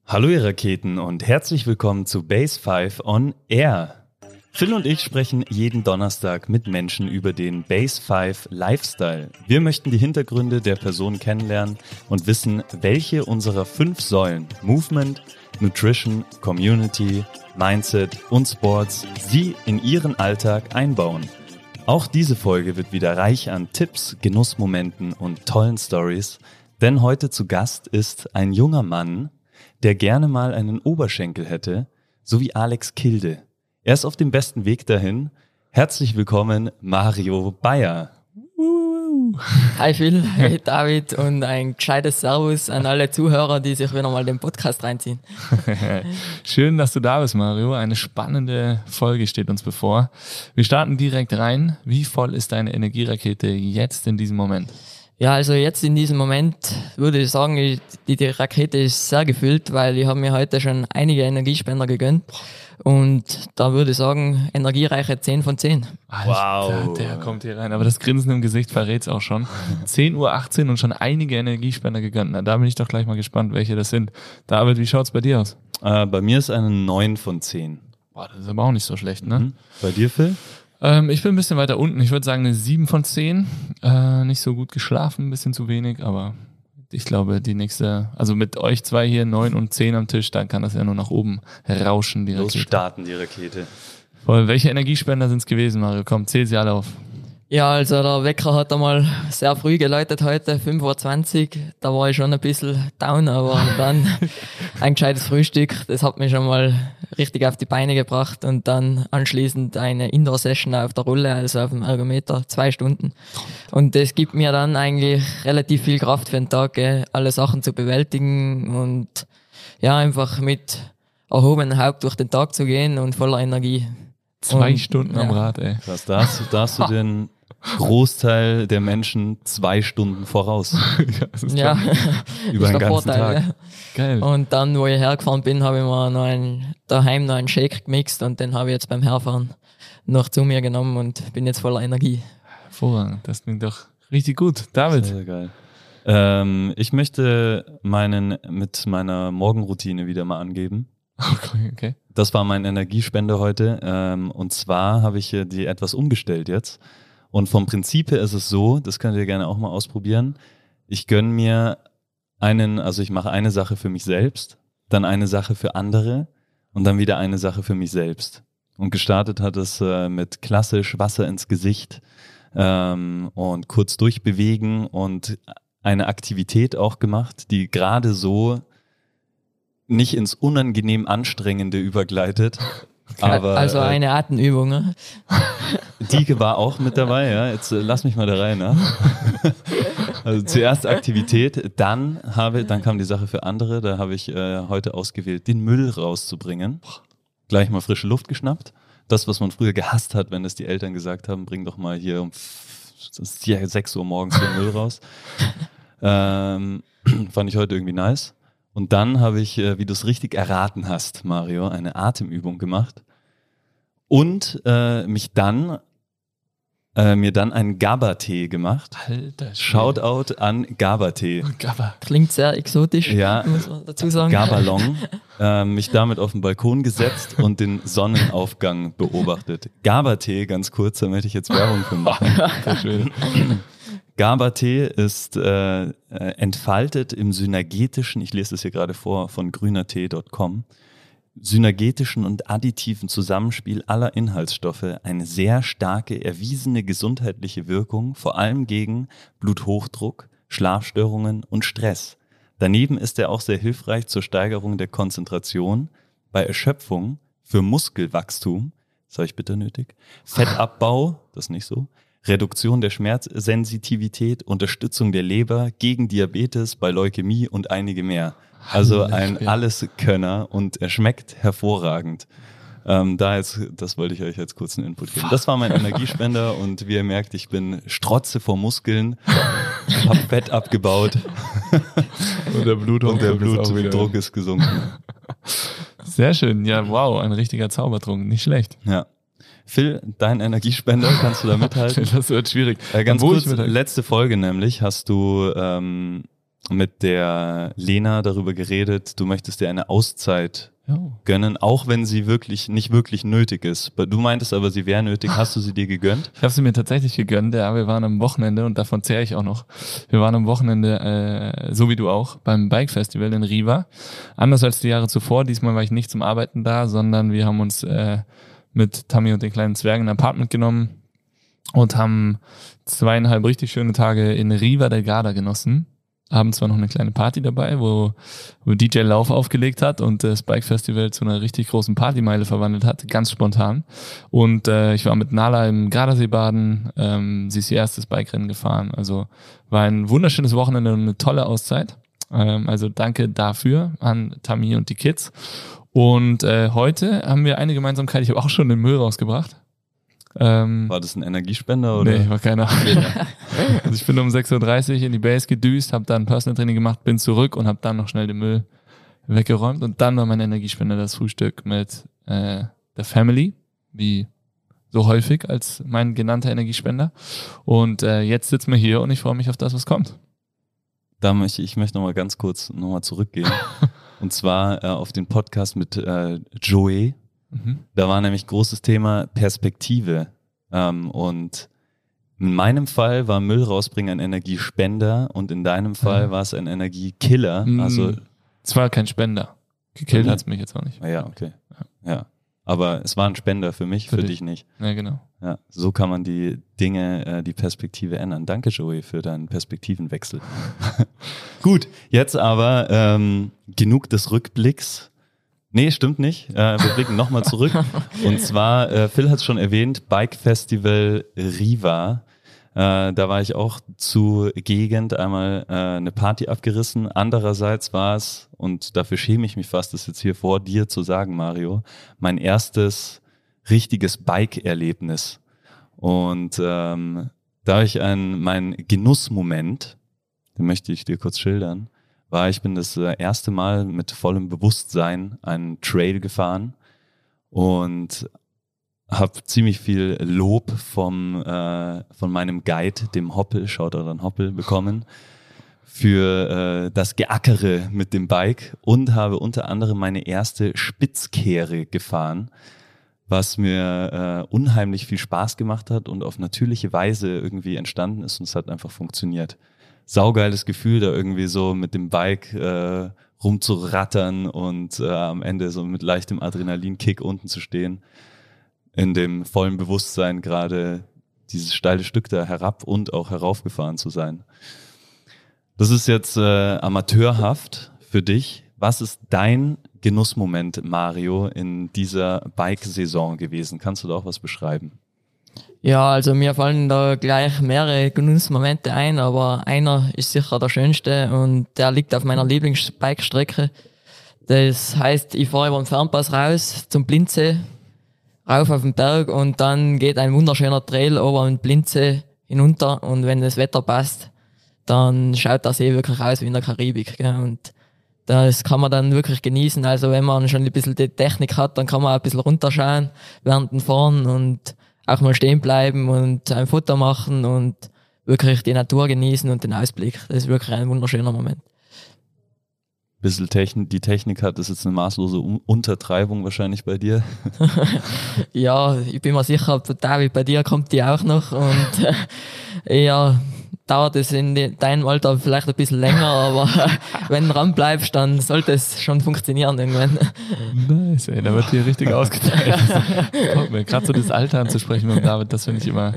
Hallo ihr Raketen und herzlich willkommen zu Base 5 on Air. Phil und ich sprechen jeden Donnerstag mit Menschen über den Base 5 Lifestyle. Wir möchten die Hintergründe der Person kennenlernen und wissen, welche unserer 5 Säulen Movement, Nutrition, Community, Mindset und Sports sie in ihren Alltag einbauen. Auch diese Folge wird wieder reich an Tipps, Genussmomenten und tollen Stories, denn heute zu Gast ist ein junger Mann, der gerne mal einen Oberschenkel hätte, so wie Alex Kilde. Er ist auf dem besten Weg dahin. Herzlich willkommen, Mario Bayer. Hi Phil, hey David und ein gescheites Servus an alle Zuhörer, die sich wieder mal den Podcast reinziehen. Schön, dass du da bist, Mario. Eine spannende Folge steht uns bevor. Wir starten direkt rein. Wie voll ist deine Energierakete jetzt in diesem Moment? Ja, also jetzt in diesem Moment würde ich sagen, die Rakete ist sehr gefüllt, weil ich habe mir heute schon einige Energiespender gegönnt und da würde ich sagen, energiereiche 10 von 10. Alter, wow. Der kommt hier rein, aber das Grinsen im Gesicht verrät's auch schon. 10:18 Uhr und schon einige Energiespender gegönnt. Na, da bin ich doch gleich mal gespannt, welche das sind. David, wie schaut's bei dir aus? Bei mir ist eine 9 von 10. Boah, das ist aber auch nicht so schlecht, ne? Mhm. Bei dir, Phil? Ich bin ein bisschen weiter unten. Ich würde sagen eine 7 von 10. Nicht so gut geschlafen, ein bisschen zu wenig, aber ich glaube, die nächste, also mit euch zwei hier 9 und 10 am Tisch, dann kann das ja nur nach oben rauschen, die Rakete. Los starten die Rakete. Voll. Welche Energiespender sind es gewesen, Mario? Komm, zähl sie alle auf. Ja, also der Wecker hat einmal sehr früh geläutet heute, 5:20 Uhr. Da war ich schon ein bisschen down, aber dann ein gescheites Frühstück, das hat mich schon mal richtig auf die Beine gebracht und dann anschließend eine Indoor-Session auf der Rolle, also auf dem Ergometer, 2 Stunden. Und das gibt mir dann eigentlich relativ viel Kraft für den Tag, alle Sachen zu bewältigen und ja, einfach mit erhobenem Haupt durch den Tag zu gehen und voller Energie. 2 Stunden am Rad, ey. Krass, da hast du den Großteil der Menschen 2 Stunden voraus. Ja, das ist über den ganzen Vorteil, Tag. Ja. Geil. Und dann, wo ich hergefahren bin, habe ich mir daheim noch einen Shake gemixt und den habe ich jetzt beim Herfahren noch zu mir genommen und bin jetzt voller Energie. Hervorragend, das klingt doch richtig gut. David? Sehr geil. Ich möchte mit meiner Morgenroutine wieder mal angeben. Okay. Das war mein Energiespender heute. Und zwar habe ich die etwas umgestellt jetzt. Und vom Prinzip her ist es so, das könnt ihr gerne auch mal ausprobieren. Ich gönne mir ich mache eine Sache für mich selbst, dann eine Sache für andere und dann wieder eine Sache für mich selbst. Und gestartet hat es mit klassisch Wasser ins Gesicht und kurz durchbewegen und eine Aktivität auch gemacht, die gerade so nicht ins unangenehm Anstrengende übergleitet. Aber, also eine Atemübung, ne? Die war auch mit dabei, ja. Jetzt lass mich mal da rein, ne? Also zuerst Aktivität, dann kam die Sache für andere. Da habe ich heute ausgewählt, den Müll rauszubringen. Gleich mal frische Luft geschnappt. Das, was man früher gehasst hat, wenn es die Eltern gesagt haben, bring doch mal hier um 6 Uhr morgens den Müll raus. Fand ich heute irgendwie nice. Und dann habe ich, wie du es richtig erraten hast, Mario, eine Atemübung gemacht und mir dann einen GABA-Tee gemacht. Alter, Shoutout an GABA-Tee. GABA. Klingt sehr exotisch, ja, muss man dazu sagen. GABA-Long. Mich damit auf den Balkon gesetzt und den Sonnenaufgang beobachtet. GABA-Tee, ganz kurz, da möchte ich jetzt Werbung für machen. Sehr schön. GABA-Tee ist entfaltet im synergetischen, ich lese das hier gerade vor, von grünertee.com, synergetischen und additiven Zusammenspiel aller Inhaltsstoffe eine sehr starke, erwiesene gesundheitliche Wirkung, vor allem gegen Bluthochdruck, Schlafstörungen und Stress. Daneben ist er auch sehr hilfreich zur Steigerung der Konzentration, bei Erschöpfung, für Muskelwachstum, das habe ich bitter nötig, Fettabbau, das ist nicht so, Reduktion der Schmerzsensitivität, Unterstützung der Leber, gegen Diabetes, bei Leukämie und einige mehr. Also ein Alleskönner und er schmeckt hervorragend. Das wollte ich euch jetzt kurz einen Input geben. Das war mein Energiespender und wie ihr merkt, ich bin strotze vor Muskeln, habe Fett abgebaut und der Blutdruck ist gesunken. Sehr schön, ja wow, ein richtiger Zaubertrunk, nicht schlecht. Ja. Phil, dein Energiespender, kannst du da mithalten? Das wird schwierig. Ganz kurz, letzte Folge nämlich, hast du mit der Lena darüber geredet, du möchtest dir eine Auszeit gönnen, auch wenn sie nicht wirklich nötig ist. Du meintest aber, sie wäre nötig. Hast du sie dir gegönnt? Ich habe sie mir tatsächlich gegönnt, ja. Wir waren am Wochenende, und davon zehre ich auch noch, wir waren am Wochenende, so wie du auch, beim Bike Festival in Riva. Anders als die Jahre zuvor. Diesmal war ich nicht zum Arbeiten da, sondern wir haben uns mit Tammy und den kleinen Zwergen ein Apartment genommen und haben 2,5 richtig schöne Tage in Riva del Garda genossen. Haben zwar noch eine kleine Party dabei, wo DJ Lauf aufgelegt hat und das Bike Festival zu einer richtig großen Partymeile verwandelt hat, ganz spontan. Und ich war mit Nala im Gardasee baden, sie ist ihr erstes Bike-Rennen gefahren. Also war ein wunderschönes Wochenende und eine tolle Auszeit. Also danke dafür an Tammy und die Kids. Und heute haben wir eine Gemeinsamkeit, ich habe auch schon den Müll rausgebracht. War das ein Energiespender oder? Nee, war keiner. Also ich bin um 6.30 Uhr in die Base gedüst, habe dann Personal Training gemacht, bin zurück und habe dann noch schnell den Müll weggeräumt. Und dann war mein Energiespender das Frühstück mit der Family, wie so häufig als mein genannter Energiespender. Und jetzt sitzen wir hier und ich freue mich auf das, was kommt. Ich möchte nochmal ganz kurz zurückgehen. Und zwar auf den Podcast mit Joey. Da war nämlich großes Thema Perspektive. Und in meinem Fall war Müll rausbringen ein Energiespender und in deinem Fall war es ein Energiekiller. Also es war kein Spender. Gekillt hat es mich jetzt auch nicht. Ja, okay. Ja. Aber es war ein Spender für mich, für dich nicht. Ja, genau. Ja, so kann man die Dinge, die Perspektive ändern. Danke, Joey, für deinen Perspektivenwechsel. Gut, jetzt aber genug des Rückblicks. Nee, stimmt nicht. Wir blicken nochmal zurück. Und zwar, Phil hat es schon erwähnt, Bike Festival Riva. Da war ich auch zugegen, einmal eine Party abgerissen. Andererseits war es, und dafür schäme ich mich fast, das jetzt hier vor dir zu sagen, Mario, mein erstes richtiges Bike-Erlebnis. Und da habe ich meinen Genussmoment, den möchte ich dir kurz schildern, ich bin das erste Mal mit vollem Bewusstsein einen Trail gefahren und habe ziemlich viel Lob von meinem Guide, dem Hoppel, Shoutout an Hoppel, bekommen für das Geackere mit dem Bike und habe unter anderem meine erste Spitzkehre gefahren, was mir unheimlich viel Spaß gemacht hat und auf natürliche Weise irgendwie entstanden ist und es hat einfach funktioniert. Saugeiles Gefühl, da irgendwie so mit dem Bike rumzurattern und am Ende so mit leichtem Adrenalinkick unten zu stehen, in dem vollen Bewusstsein gerade dieses steile Stück da herab und auch heraufgefahren zu sein. Das ist jetzt amateurhaft für dich. Was ist dein Genussmoment, Mario, in dieser Bike-Saison gewesen? Kannst du da auch was beschreiben? Ja, also mir fallen da gleich mehrere Genussmomente ein, aber einer ist sicher der schönste und der liegt auf meiner Lieblingsbike-Strecke. Das heißt, ich fahre über den Fernpass raus zum Blindsee, rauf auf den Berg und dann geht ein wunderschöner Trail über den Blindsee hinunter und wenn das Wetter passt, dann schaut der See wirklich aus wie in der Karibik. Gell? Und das kann man dann wirklich genießen. Also wenn man schon ein bisschen die Technik hat, dann kann man auch ein bisschen runterschauen während dem Fahren und auch mal stehen bleiben und ein Foto machen und wirklich die Natur genießen und den Ausblick. Das ist wirklich ein wunderschöner Moment. Bisschen die Technik hat, ist jetzt eine maßlose Untertreibung wahrscheinlich bei dir. Ja, ich bin mir sicher, David, bei dir kommt die auch noch und ja, dauert es in deinem Alter vielleicht ein bisschen länger, aber wenn du dran bleibst, dann sollte es schon funktionieren irgendwann. Nice, ey, da wird hier richtig ausgeteilt. Gerade so das Alter anzusprechen mit David, das finde ich immer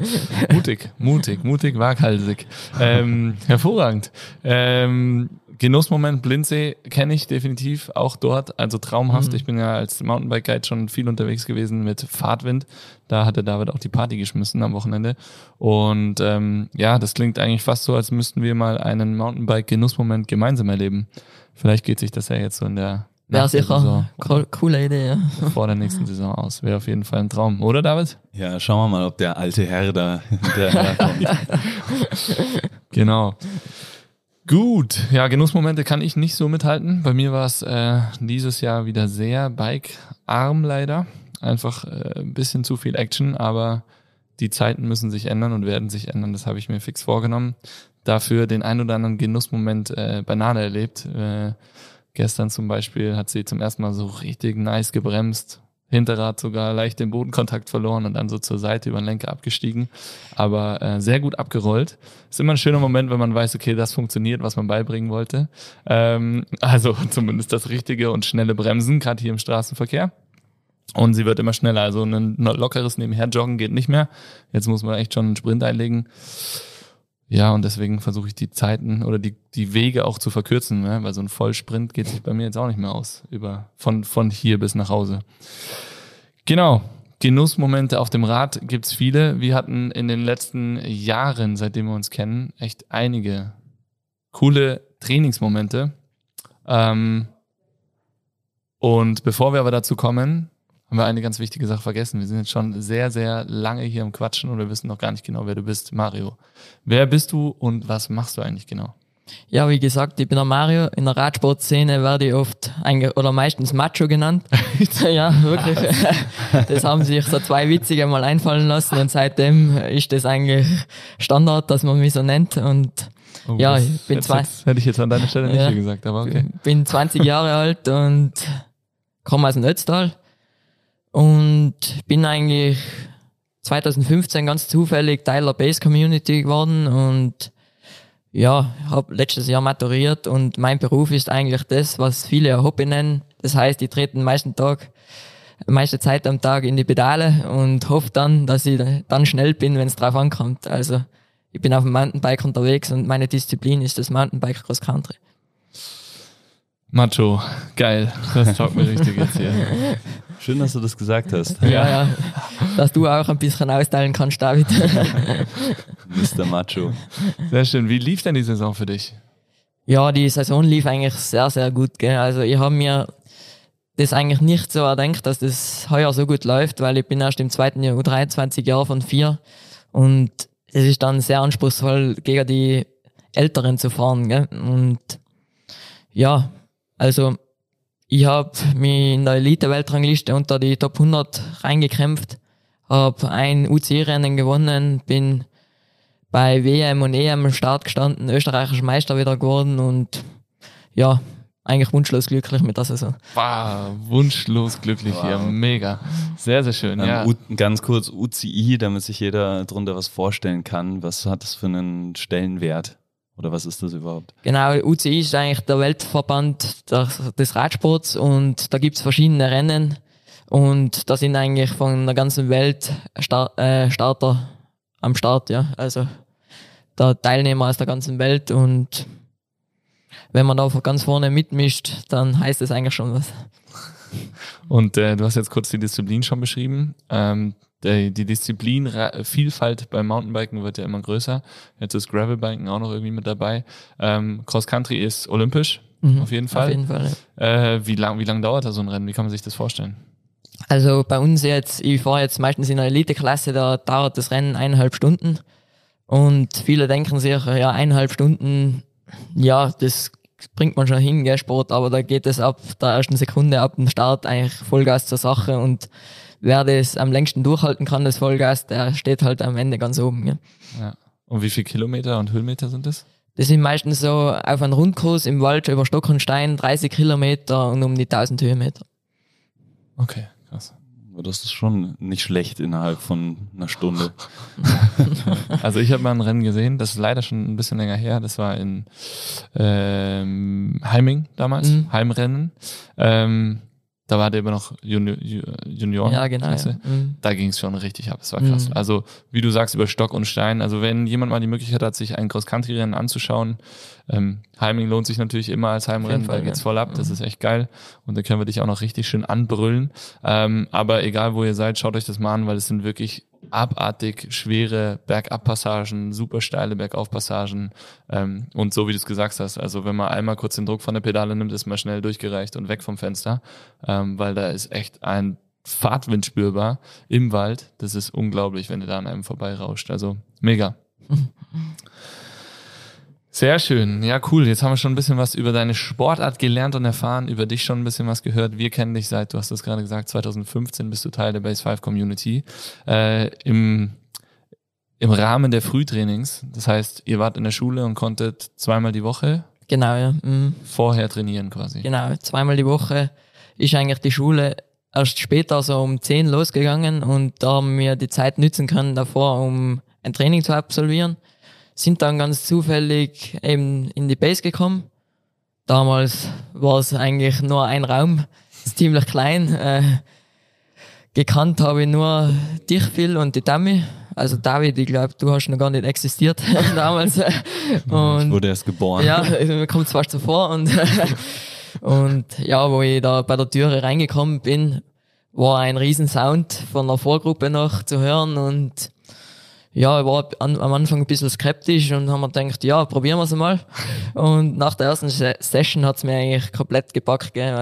mutig, waghalsig. Hervorragend. Genussmoment Blindsee kenne ich definitiv auch dort, also traumhaft. Ich bin ja als Mountainbike-Guide schon viel unterwegs gewesen mit Fahrtwind. Da hatte David auch die Party geschmissen am Wochenende. Und ja, das klingt eigentlich fast so, als müssten wir mal einen Mountainbike-Genussmoment gemeinsam erleben. Vielleicht geht sich das ja jetzt so in der Wäre sicher coole Idee, ja. Vor der nächsten Saison aus. Wäre auf jeden Fall ein Traum, oder David? Ja, schauen wir mal, ob der alte Herr da hinterherkommt. Genau. Gut, ja, Genussmomente kann ich nicht so mithalten. Bei mir war es dieses Jahr wieder sehr bike-arm leider. Einfach ein bisschen zu viel Action, aber die Zeiten müssen sich ändern und werden sich ändern. Das habe ich mir fix vorgenommen. dafür den ein oder anderen Genussmoment bei Nana erlebt. Gestern zum Beispiel hat sie zum ersten Mal so richtig nice gebremst. Hinterrad sogar leicht den Bodenkontakt verloren und dann so zur Seite über den Lenker abgestiegen. Aber sehr gut abgerollt. Ist immer ein schöner Moment, wenn man weiß, okay, das funktioniert, was man beibringen wollte. Also zumindest das richtige und schnelle Bremsen, gerade hier im Straßenverkehr. Und sie wird immer schneller. Also ein lockeres Nebenherjoggen geht nicht mehr. Jetzt muss man echt schon einen Sprint einlegen. Ja, und deswegen versuche ich die Zeiten oder die Wege auch zu verkürzen, ne? Weil so ein Vollsprint geht sich bei mir jetzt auch nicht mehr aus, von hier bis nach Hause. Genau, Genussmomente auf dem Rad gibt's viele. Wir hatten in den letzten Jahren, seitdem wir uns kennen, echt einige coole Trainingsmomente. Und bevor wir aber dazu kommen, haben wir eine ganz wichtige Sache vergessen. Wir sind jetzt schon sehr, sehr lange hier am Quatschen und wir wissen noch gar nicht genau, wer du bist. Mario, wer bist du und was machst du eigentlich genau? Ja, wie gesagt, ich bin der Mario. In der Radsportszene werde ich oft oder meistens Macho genannt. Ja, wirklich. Das haben sich so zwei Witzige mal einfallen lassen und seitdem ist das eigentlich Standard, dass man mich so nennt. Und ja, ich bin hätte ich jetzt an deiner Stelle nicht so gesagt, aber okay. Bin 20 Jahre alt und komme aus dem Ötztal. Und bin eigentlich 2015 ganz zufällig Teil der Base Community geworden und ja, habe letztes Jahr maturiert und mein Beruf ist eigentlich das, was viele ein Hobby nennen. Das heißt, ich trete den meiste Zeit am Tag in die Pedale und hoffe dann, dass ich dann schnell bin, wenn es drauf ankommt. Also ich bin auf dem Mountainbike unterwegs und meine Disziplin ist das Mountainbike Cross Country. Macho, geil. Das taugt mir richtig jetzt hier. Schön, dass du das gesagt hast. Ja. Dass du auch ein bisschen austeilen kannst, David. Mr. Macho. Sehr schön. Wie lief denn die Saison für dich? Ja, die Saison lief eigentlich sehr, sehr gut. Gell? Also ich habe mir das eigentlich nicht so erdenkt, dass das heuer so gut läuft, weil ich bin erst im zweiten Jahr, 23 Jahre von 4 und es ist dann sehr anspruchsvoll, gegen die Älteren zu fahren. Gell? Und ja, also ich habe mich in der Elite-Weltrangliste unter die Top 100 reingekämpft, habe ein UCI-Rennen gewonnen, bin bei WM und EM am Start gestanden, österreichischer Meister wieder geworden und ja, eigentlich wunschlos glücklich mit der Saison. Wow, wunschlos glücklich hier, mega. Sehr, sehr schön, ja. Ganz kurz, UCI, damit sich jeder darunter was vorstellen kann, was hat das für einen Stellenwert? Oder was ist das überhaupt? Genau, UCI ist eigentlich der Weltverband des Radsports und da gibt's verschiedene Rennen und da sind eigentlich von der ganzen Welt Starter am Start, ja. Also da Teilnehmer aus der ganzen Welt und wenn man da ganz vorne mitmischt, dann heißt das eigentlich schon was. Und du hast jetzt kurz die Disziplin schon beschrieben. Die Disziplinvielfalt beim Mountainbiken wird ja immer größer. Jetzt ist Gravelbiken auch noch irgendwie mit dabei. Cross Country ist olympisch, auf jeden Fall. Auf jeden Fall, ja. Wie lang dauert da so ein Rennen? Wie kann man sich das vorstellen? Also bei uns jetzt, ich fahre jetzt meistens in der Elite-Klasse, da dauert das Rennen 1,5 Stunden. Und viele denken sich, ja, 1,5 Stunden, ja, das bringt man schon hin, gell, Sport, aber da geht es ab der ersten Sekunde, ab dem Start eigentlich Vollgas zur Sache und wer das am längsten durchhalten kann, das Vollgas, der steht halt am Ende ganz oben. Gell. Ja. Und wie viele Kilometer und Höhenmeter sind das? Das sind meistens so auf einem Rundkurs im Wald über Stock und Stein 30 Kilometer und um die 1000 Höhenmeter. Okay, krass. Das ist schon nicht schlecht innerhalb von einer Stunde. Also ich habe mal ein Rennen gesehen, das ist leider schon ein bisschen länger her, das war in Heiming damals, Heimrennen. Da war der immer noch Junioren. Ja, genau. Ja. Da ging es schon richtig ab, das war krass. Also wie du sagst, über Stock und Stein, also wenn jemand mal die Möglichkeit hat, sich ein Cross-Country-Rennen anzuschauen, Heiming lohnt sich natürlich immer als Heimrennen, da geht's voll ab, das ist echt geil und da können wir dich auch noch richtig schön anbrüllen. Aber egal wo ihr seid, schaut euch das mal an, weil es sind wirklich abartig schwere Bergabpassagen, super steile Bergaufpassagen und so wie du es gesagt hast, also wenn man einmal kurz den Druck von der Pedale nimmt, ist man schnell durchgereicht und weg vom Fenster, weil da ist echt ein Fahrtwind spürbar im Wald, das ist unglaublich, wenn der da an einem vorbeirauscht, also mega. Sehr schön, ja cool, jetzt haben wir schon ein bisschen was über deine Sportart gelernt und erfahren, über dich schon ein bisschen was gehört. Wir kennen dich seit, du hast das gerade gesagt, 2015 bist du Teil der Base 5 Community. Im im Rahmen der Frühtrainings. Das heißt, ihr wart in der Schule und konntet zweimal die Woche Genau, ja. vorher trainieren quasi. Genau, zweimal die Woche ist eigentlich die Schule erst später so um 10 losgegangen und da haben wir die Zeit nützen können davor, um ein Training zu absolvieren. Sind dann ganz zufällig eben in die Base gekommen. Damals war es eigentlich nur ein Raum, ist ziemlich klein. Gekannt habe ich nur dich, Phil, und die Dami. Also David, ich glaube, du hast noch gar nicht existiert damals. Und ich wurde erst geboren. ja, mir kommt es fast so vor. Und ja, wo ich da bei der Türe reingekommen bin, war ein riesen Sound von der Vorgruppe noch zu hören und ja, ich war am Anfang ein bisschen skeptisch und haben mir gedacht, ja, probieren wir es mal. Und nach der ersten Session hat es mir eigentlich komplett gepackt, gell?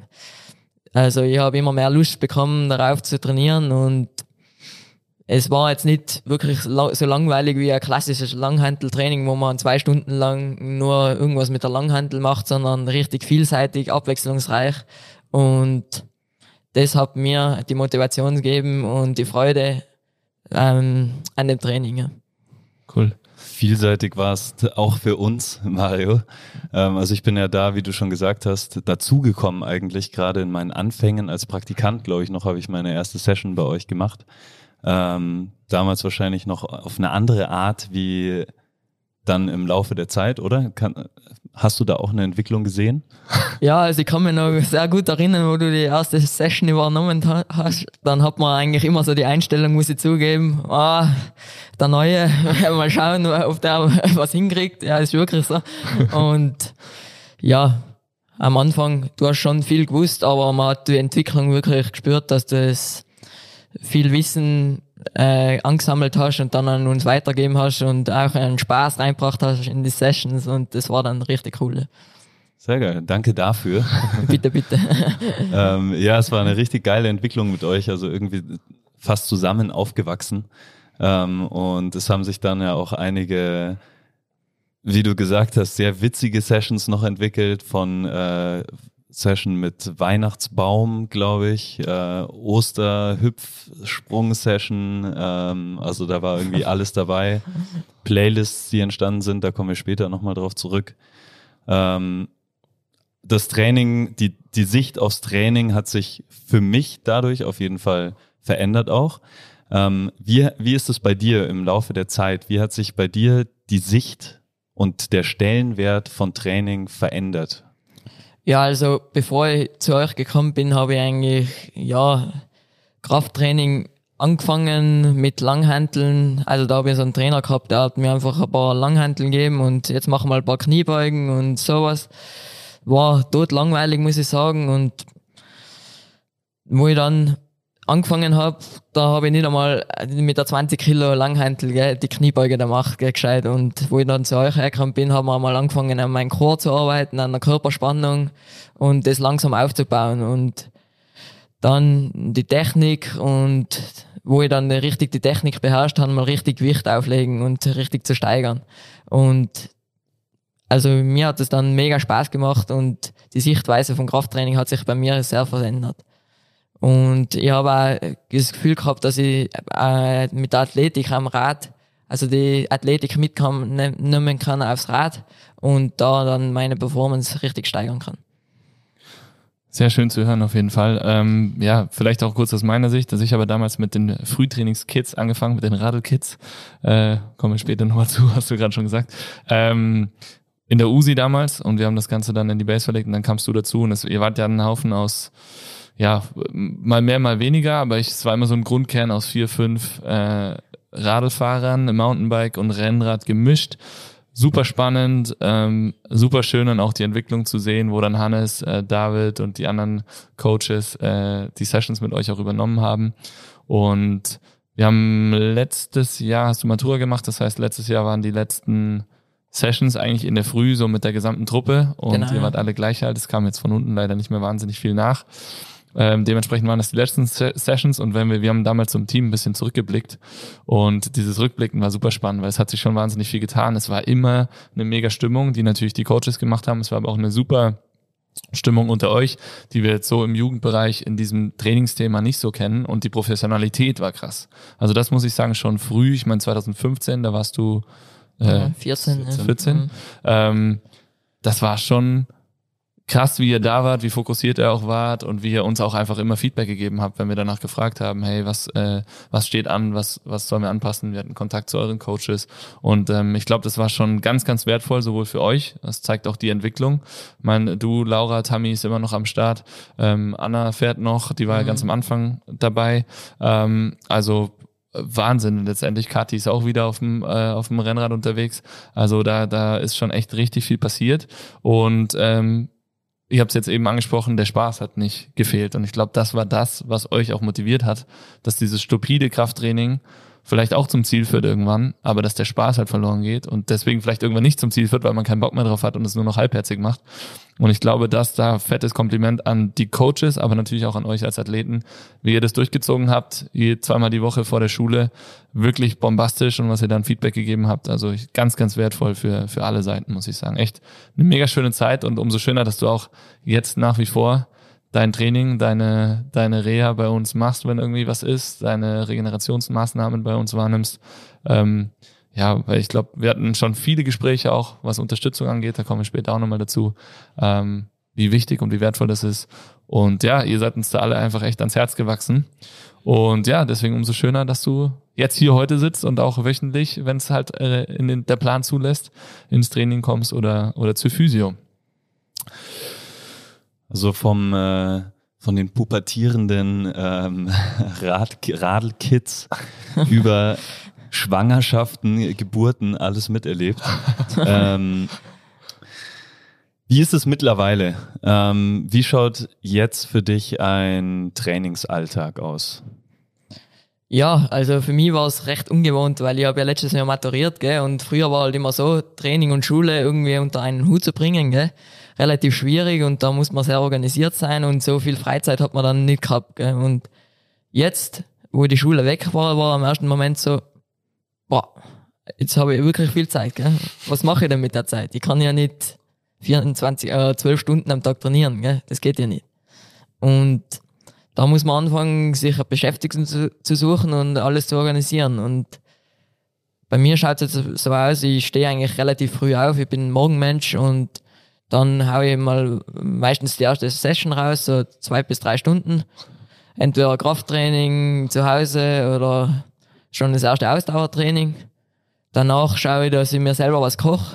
Also ich habe immer mehr Lust bekommen, darauf zu trainieren und es war jetzt nicht wirklich so langweilig wie ein klassisches Langhanteltraining, wo man 2 Stunden lang nur irgendwas mit der Langhantel macht, sondern richtig vielseitig, abwechslungsreich und das hat mir die Motivation gegeben und die Freude an dem Training. Ja. Cool. Vielseitig war es auch für uns, Mario. Also ich bin ja da, wie du schon gesagt hast, dazugekommen eigentlich, gerade in meinen Anfängen als Praktikant, glaube ich, noch habe ich meine erste Session bei euch gemacht. Damals wahrscheinlich noch auf eine andere Art wie dann im Laufe der Zeit, oder? Hast du da auch eine Entwicklung gesehen? Ja, also ich kann mich noch sehr gut erinnern, wo du die erste Session übernommen hast. Dann hat man eigentlich immer so die Einstellung, muss ich zugeben, der Neue, mal schauen, ob der was hinkriegt. Ja, ist wirklich so. Und ja, am Anfang, du hast schon viel gewusst, aber man hat die Entwicklung wirklich gespürt, dass du es viel Wissen angesammelt hast und dann an uns weitergeben hast und auch einen Spaß reingebracht hast in die Sessions und das war dann richtig cool. Sehr geil, danke dafür. Bitte. Ja, es war eine richtig geile Entwicklung mit euch, also irgendwie fast zusammen aufgewachsen und es haben sich dann ja auch einige, wie du gesagt hast, sehr witzige Sessions noch entwickelt von Session mit Weihnachtsbaum, glaube ich, Osterhüpfsprung-Session, also da war irgendwie alles dabei. Playlists, die entstanden sind, da kommen wir später nochmal drauf zurück. Das Training, die Sicht aufs Training hat sich für mich dadurch auf jeden Fall verändert auch. Wie ist es bei dir im Laufe der Zeit? Wie hat sich bei dir die Sicht und der Stellenwert von Training verändert? Ja, also bevor ich zu euch gekommen bin, habe ich eigentlich Krafttraining angefangen mit Langhanteln. Also da habe ich so einen Trainer gehabt, der hat mir einfach ein paar Langhanteln gegeben und jetzt machen wir ein paar Kniebeugen und sowas. War totlangweilig, muss ich sagen. Und wo ich dann angefangen habe, da habe ich nicht einmal mit der 20 Kilo Langhantel die Kniebeuge gemacht, gescheit. Und wo ich dann zu euch hergekommen bin, haben wir mal angefangen, an meinem Core zu arbeiten, an der Körperspannung und das langsam aufzubauen. Und dann die Technik und wo ich dann richtig die Technik beherrscht habe, mal richtig Gewicht auflegen und richtig zu steigern. Und also mir hat es dann mega Spaß gemacht und die Sichtweise vom Krafttraining hat sich bei mir sehr verändert. Und ich habe auch das Gefühl gehabt, dass ich mit der Athletik am Rad, also die Athletik mitnehmen kann aufs Rad und da dann meine Performance richtig steigern kann. Sehr schön zu hören auf jeden Fall. Ja, vielleicht auch kurz aus meiner Sicht. Also ich habe damals mit den Frühtrainings-Kids angefangen, mit den Radl-Kids. Kommen wir später nochmal zu, hast du gerade schon gesagt. In der USI damals und wir haben das Ganze dann in die Base verlegt und dann kamst du dazu und ihr wart ja ein Haufen aus, ja, mal mehr, mal weniger, aber es war immer so ein Grundkern aus 4, 5 Radlfahrern, Mountainbike und Rennrad gemischt. Super spannend, super schön und auch die Entwicklung zu sehen, wo dann Hannes, David und die anderen Coaches die Sessions mit euch auch übernommen haben. Und wir haben letztes Jahr, hast du Matura gemacht, das heißt letztes Jahr waren die letzten Sessions eigentlich in der Früh so mit der gesamten Truppe und Genau. Ihr wart alle gleich alt, es kam jetzt von unten leider nicht mehr wahnsinnig viel nach. Dementsprechend waren das die letzten Sessions und wir haben damals zum Team ein bisschen zurückgeblickt und dieses Rückblicken war super spannend, weil es hat sich schon wahnsinnig viel getan. Es war immer eine mega Stimmung, die natürlich die Coaches gemacht haben. Es war aber auch eine super Stimmung unter euch, die wir jetzt so im Jugendbereich in diesem Trainingsthema nicht so kennen, und die Professionalität war krass. Also das muss ich sagen, schon früh, ich meine 2015, da warst du 14. 14. Das war schon krass, wie ihr da wart, wie fokussiert ihr auch wart und wie ihr uns auch einfach immer Feedback gegeben habt, wenn wir danach gefragt haben, hey, was steht an, was sollen wir anpassen? Wir hatten Kontakt zu euren Coaches und ich glaube, das war schon ganz, ganz wertvoll, sowohl für euch, das zeigt auch die Entwicklung. Ich meine, du, Laura, Tammy ist immer noch am Start, Anna fährt noch, die war ja ganz am Anfang dabei, also Wahnsinn. Letztendlich Kathi ist auch wieder auf dem Rennrad unterwegs. Also da ist schon echt richtig viel passiert. Und ich habe es jetzt eben angesprochen, der Spaß hat nicht gefehlt. Und ich glaube, das war das, was euch auch motiviert hat, dass dieses stupide Krafttraining vielleicht auch zum Ziel führt irgendwann, aber dass der Spaß halt verloren geht und deswegen vielleicht irgendwann nicht zum Ziel führt, weil man keinen Bock mehr drauf hat und es nur noch halbherzig macht. Und ich glaube, dass da fettes Kompliment an die Coaches, aber natürlich auch an euch als Athleten, wie ihr das durchgezogen habt, zweimal die Woche vor der Schule, wirklich bombastisch, und was ihr dann Feedback gegeben habt, also ganz, ganz wertvoll für alle Seiten, muss ich sagen. Echt eine mega schöne Zeit und umso schöner, dass du auch jetzt nach wie vor dein Training, deine Reha bei uns machst, wenn irgendwie was ist, deine Regenerationsmaßnahmen bei uns wahrnimmst. Ja, weil ich glaube, wir hatten schon viele Gespräche auch, was Unterstützung angeht, da kommen wir später auch nochmal dazu, wie wichtig und wie wertvoll das ist. Und ja, ihr seid uns da alle einfach echt ans Herz gewachsen. Und ja, deswegen umso schöner, dass du jetzt hier heute sitzt und auch wöchentlich, wenn es halt der Plan zulässt, ins Training kommst oder zur Physio. Also von den pubertierenden Radlkids über Schwangerschaften, Geburten, alles miterlebt. Wie ist es mittlerweile? Wie schaut jetzt für dich ein Trainingsalltag aus? Ja, also für mich war es recht ungewohnt, weil ich habe ja letztes Jahr maturiert, gell, und früher war halt immer so, Training und Schule irgendwie unter einen Hut zu bringen, gell, relativ schwierig, und da muss man sehr organisiert sein und so viel Freizeit hat man dann nicht gehabt, gell. Und jetzt, wo die Schule weg war am ersten Moment so, boah, jetzt habe ich wirklich viel Zeit, gell. Was mache ich denn mit der Zeit? Ich kann ja nicht 12 Stunden am Tag trainieren, gell, das geht ja nicht. Und da muss man anfangen, sich eine Beschäftigung zu suchen und alles zu organisieren. Und bei mir schaut es jetzt so aus, ich stehe eigentlich relativ früh auf, ich bin ein Morgenmensch, und dann haue ich mal meistens die erste Session raus, so 2 bis 3 Stunden. Entweder Krafttraining zu Hause oder schon das erste Ausdauertraining. Danach schaue ich, dass ich mir selber was koche,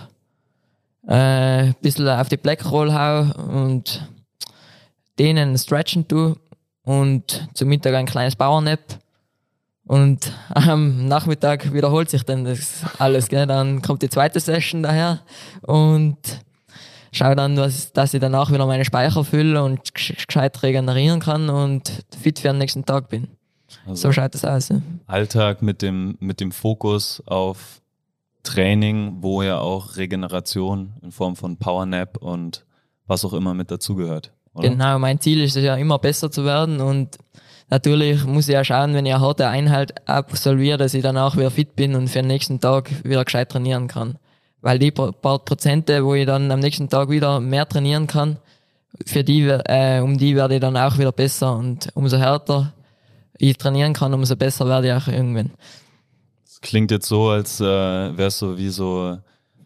ein bisschen auf die Blackroll hau und dehnen, stretchen tue. Und zum Mittag ein kleines Powernap. Und am Nachmittag wiederholt sich dann das alles, gell? Dann kommt die zweite Session daher und schaue dann, dass ich danach wieder meine Speicher fülle und gescheit regenerieren kann und fit für den nächsten Tag bin. Also so schaut das aus. Ja. Alltag mit dem Fokus auf Training, wo ja auch Regeneration in Form von Powernap und was auch immer mit dazugehört. Oder? Genau, mein Ziel ist es ja immer besser zu werden, und natürlich muss ich ja schauen, wenn ich eine harte Einheit absolviere, dass ich danach wieder fit bin und für den nächsten Tag wieder gescheit trainieren kann. Weil die paar Prozente, wo ich dann am nächsten Tag wieder mehr trainieren kann, für die werde ich dann auch wieder besser, und umso härter ich trainieren kann, umso besser werde ich auch irgendwann. Das klingt jetzt so, als wärst du wie so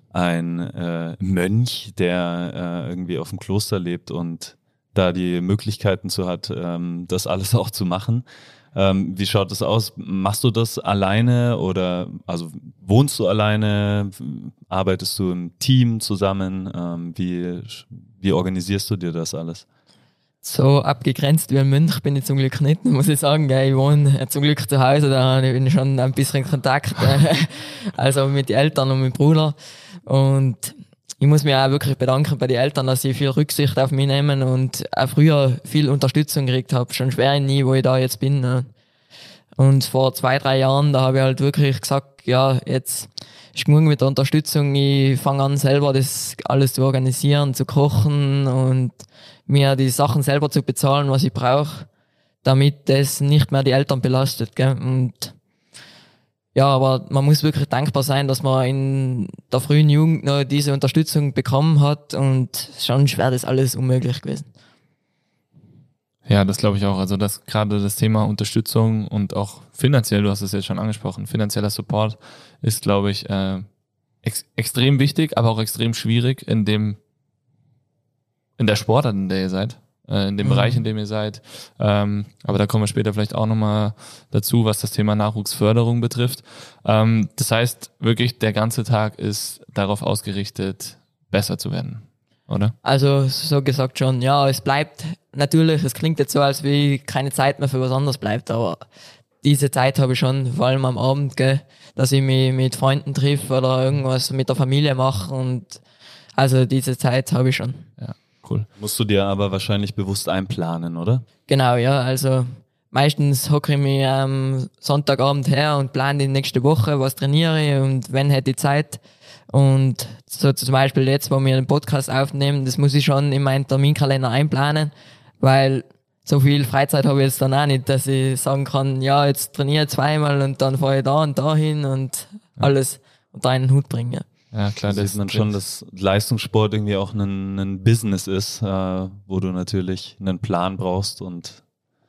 ein Mönch, der irgendwie auf dem Kloster lebt und da die Möglichkeiten zu hat, das alles auch zu machen. Wie schaut das aus? Machst du das alleine oder also wohnst du alleine? Arbeitest du im Team zusammen? Wie organisierst du dir das alles? So abgegrenzt wie ein Mönch bin ich zum Glück nicht, muss ich sagen. Ich wohne zum Glück zu Hause, da bin ich schon ein bisschen in Kontakt. Also mit den Eltern und mit dem Bruder. Und ich muss mich auch wirklich bedanken bei den Eltern, dass sie viel Rücksicht auf mich nehmen und auch früher viel Unterstützung gekriegt habe. Schon schwer nie, wo ich da jetzt bin. Und vor 2-3 Jahren, da habe ich halt wirklich gesagt, ja, jetzt ist genug mit der Unterstützung. Ich fange an, selber das alles zu organisieren, zu kochen und mir die Sachen selber zu bezahlen, was ich brauche, damit das nicht mehr die Eltern belastet. Gell? Und Ja, aber man muss wirklich dankbar sein, dass man in der frühen Jugend noch diese Unterstützung bekommen hat und sonst wäre das alles unmöglich gewesen. Ja, das glaube ich auch. Also das gerade das Thema Unterstützung und auch finanziell, du hast es jetzt schon angesprochen, finanzieller Support ist, glaube ich, extrem wichtig, aber auch extrem schwierig in der Sportart, in der ihr seid. In dem Bereich, in dem ihr seid. Aber da kommen wir später vielleicht auch nochmal dazu, was das Thema Nachwuchsförderung betrifft. Das heißt, wirklich der ganze Tag ist darauf ausgerichtet, besser zu werden, oder? Also so gesagt schon, ja, es bleibt natürlich, es klingt jetzt so, als wie keine Zeit mehr für was anderes bleibt, aber diese Zeit habe ich schon, vor allem am Abend, gell, dass ich mich mit Freunden triff oder irgendwas mit der Familie mache und also diese Zeit habe ich schon. Ja. Cool. Musst du dir aber wahrscheinlich bewusst einplanen, oder? Genau, ja, also meistens hocke ich mich am Sonntagabend her und plane die nächste Woche, was trainiere ich und wenn hätte ich Zeit. Und so zum Beispiel jetzt, wo wir den Podcast aufnehmen, das muss ich schon in meinen Terminkalender einplanen, weil so viel Freizeit habe ich jetzt dann auch nicht, dass ich sagen kann, ja, jetzt trainiere ich zweimal und dann fahre ich da und da hin und alles unter einen Hut bringen. Ja, klar, Da sieht man schon, dass Leistungssport irgendwie auch ein Business ist, wo du natürlich einen Plan brauchst und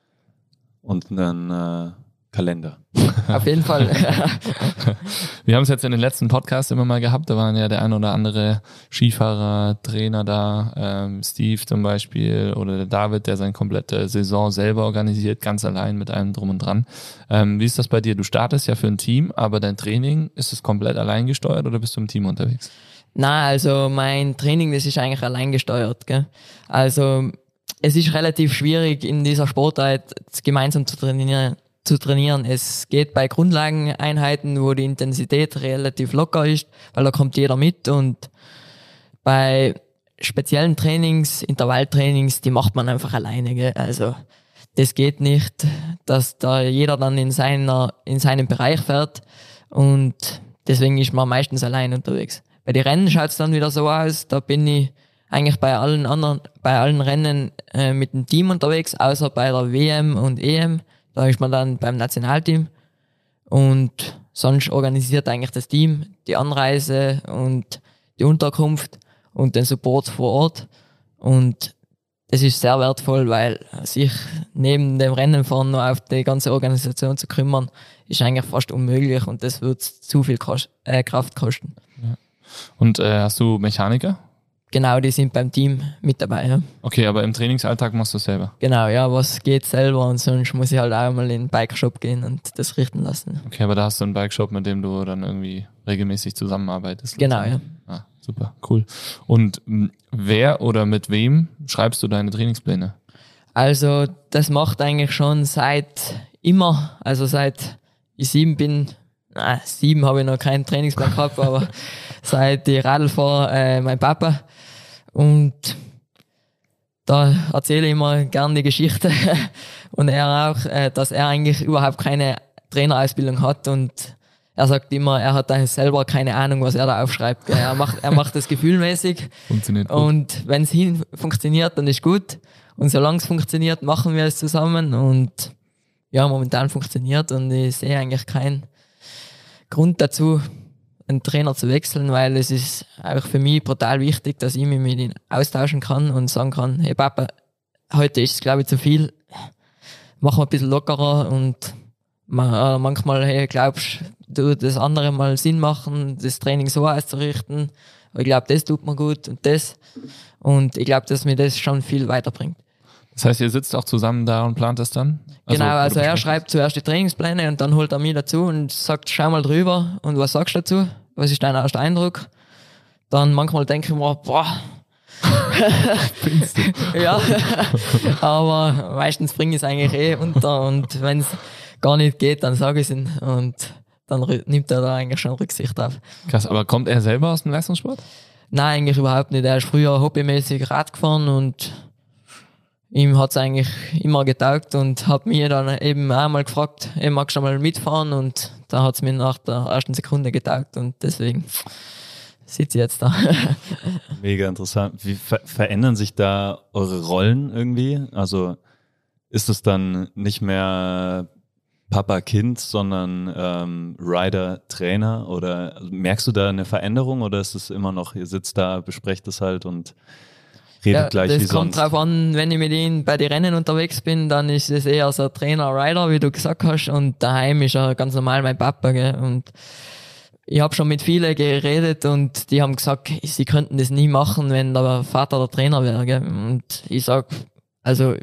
einen Kalender. Auf jeden Fall. Wir haben es jetzt in den letzten Podcasts immer mal gehabt, da waren ja der ein oder andere Skifahrer, Trainer da, Steve zum Beispiel oder der David, der seine komplette Saison selber organisiert, ganz allein mit allem drum und dran. Wie ist das bei dir? Du startest ja für ein Team, aber dein Training, ist es komplett allein gesteuert oder bist du im Team unterwegs? Nein, also mein Training, das ist eigentlich allein gesteuert, gell? Also es ist relativ schwierig in dieser Sportart gemeinsam zu trainieren. Es geht bei Grundlageneinheiten, wo die Intensität relativ locker ist, weil da kommt jeder mit und bei speziellen Trainings, Intervalltrainings, die macht man einfach alleine, gell? Also das geht nicht, dass da jeder dann in seinem Bereich fährt und deswegen ist man meistens allein unterwegs. Bei den Rennen schaut es dann wieder so aus, da bin ich eigentlich bei allen Rennen mit dem Team unterwegs, außer bei der WM und EM. Da ist man dann beim Nationalteam und sonst organisiert eigentlich das Team die Anreise und die Unterkunft und den Support vor Ort und das ist sehr wertvoll, weil sich neben dem Rennen fahren noch auf die ganze Organisation zu kümmern, ist eigentlich fast unmöglich und das wird zu viel Kraft kosten. Ja. Und hast du Mechaniker? Genau, die sind beim Team mit dabei. Ja. Okay, aber im Trainingsalltag machst du es selber? Genau, ja, was geht selber und sonst muss ich halt auch mal in den Bikeshop gehen und das richten lassen. Okay, aber da hast du einen Bikeshop, mit dem du dann irgendwie regelmäßig zusammenarbeitest? Genau, ja. Ah, super, cool. Und wer oder mit wem schreibst du deine Trainingspläne? Also das macht eigentlich schon seit immer, also seit ich 7 bin, 7 habe ich noch keinen Trainingsplan gehabt, aber seit ich Radl fahre, mein Papa. Und da erzähle ich immer gerne die Geschichte und er auch, dass er eigentlich überhaupt keine Trainerausbildung hat und er sagt immer, er hat da selber keine Ahnung, was er da aufschreibt. Er macht das gefühlmäßig. Funktioniert gut. Und wenn es funktioniert, dann ist gut. Und solange es funktioniert, machen wir es zusammen und ja, momentan funktioniert und ich sehe eigentlich keinen Grund dazu, einen Trainer zu wechseln, weil es ist auch für mich brutal wichtig, dass ich mich mit ihm austauschen kann und sagen kann, hey Papa, heute ist es glaube ich zu viel, mach mal ein bisschen lockerer und manchmal, hey, glaubst du, das andere mal Sinn machen, das Training so auszurichten, ich glaube, das tut mir gut und ich glaube, dass mir das schon viel weiterbringt. Das heißt, ihr sitzt auch zusammen da und plant das dann? Genau, also er schreibt zuerst die Trainingspläne und dann holt er mich dazu und sagt, schau mal drüber und was sagst du dazu? Was ist dein erster Eindruck? Dann manchmal denke ich mir, boah. Ja, aber meistens bringe ich es eigentlich unter und wenn es gar nicht geht, dann sage ich es ihm und dann nimmt er da eigentlich schon Rücksicht auf. Krass, aber kommt er selber aus dem Leistungssport? Nein, eigentlich überhaupt nicht. Er ist früher hobbymäßig Rad gefahren und ihm hat es eigentlich immer getaugt und hat mich dann eben auch mal gefragt, magst du mal mitfahren? Und da hat es mir nach der ersten Sekunde getaugt und deswegen sitze ich jetzt da. Mega interessant. Wie verändern sich da eure Rollen irgendwie? Also ist es dann nicht mehr Papa-Kind, sondern Rider-Trainer? Oder merkst du da eine Veränderung oder ist es immer noch, ihr sitzt da, besprecht es halt und redet gleich wie sonst? Das kommt drauf an, wenn ich mit ihm bei den Rennen unterwegs bin, dann ist es eher so Trainer-Rider, wie du gesagt hast, und daheim ist er ganz normal mein Papa, gell? Und ich habe schon mit vielen geredet und die haben gesagt, sie könnten das nie machen, wenn der Vater der Trainer wäre, gell? Und ich sag, also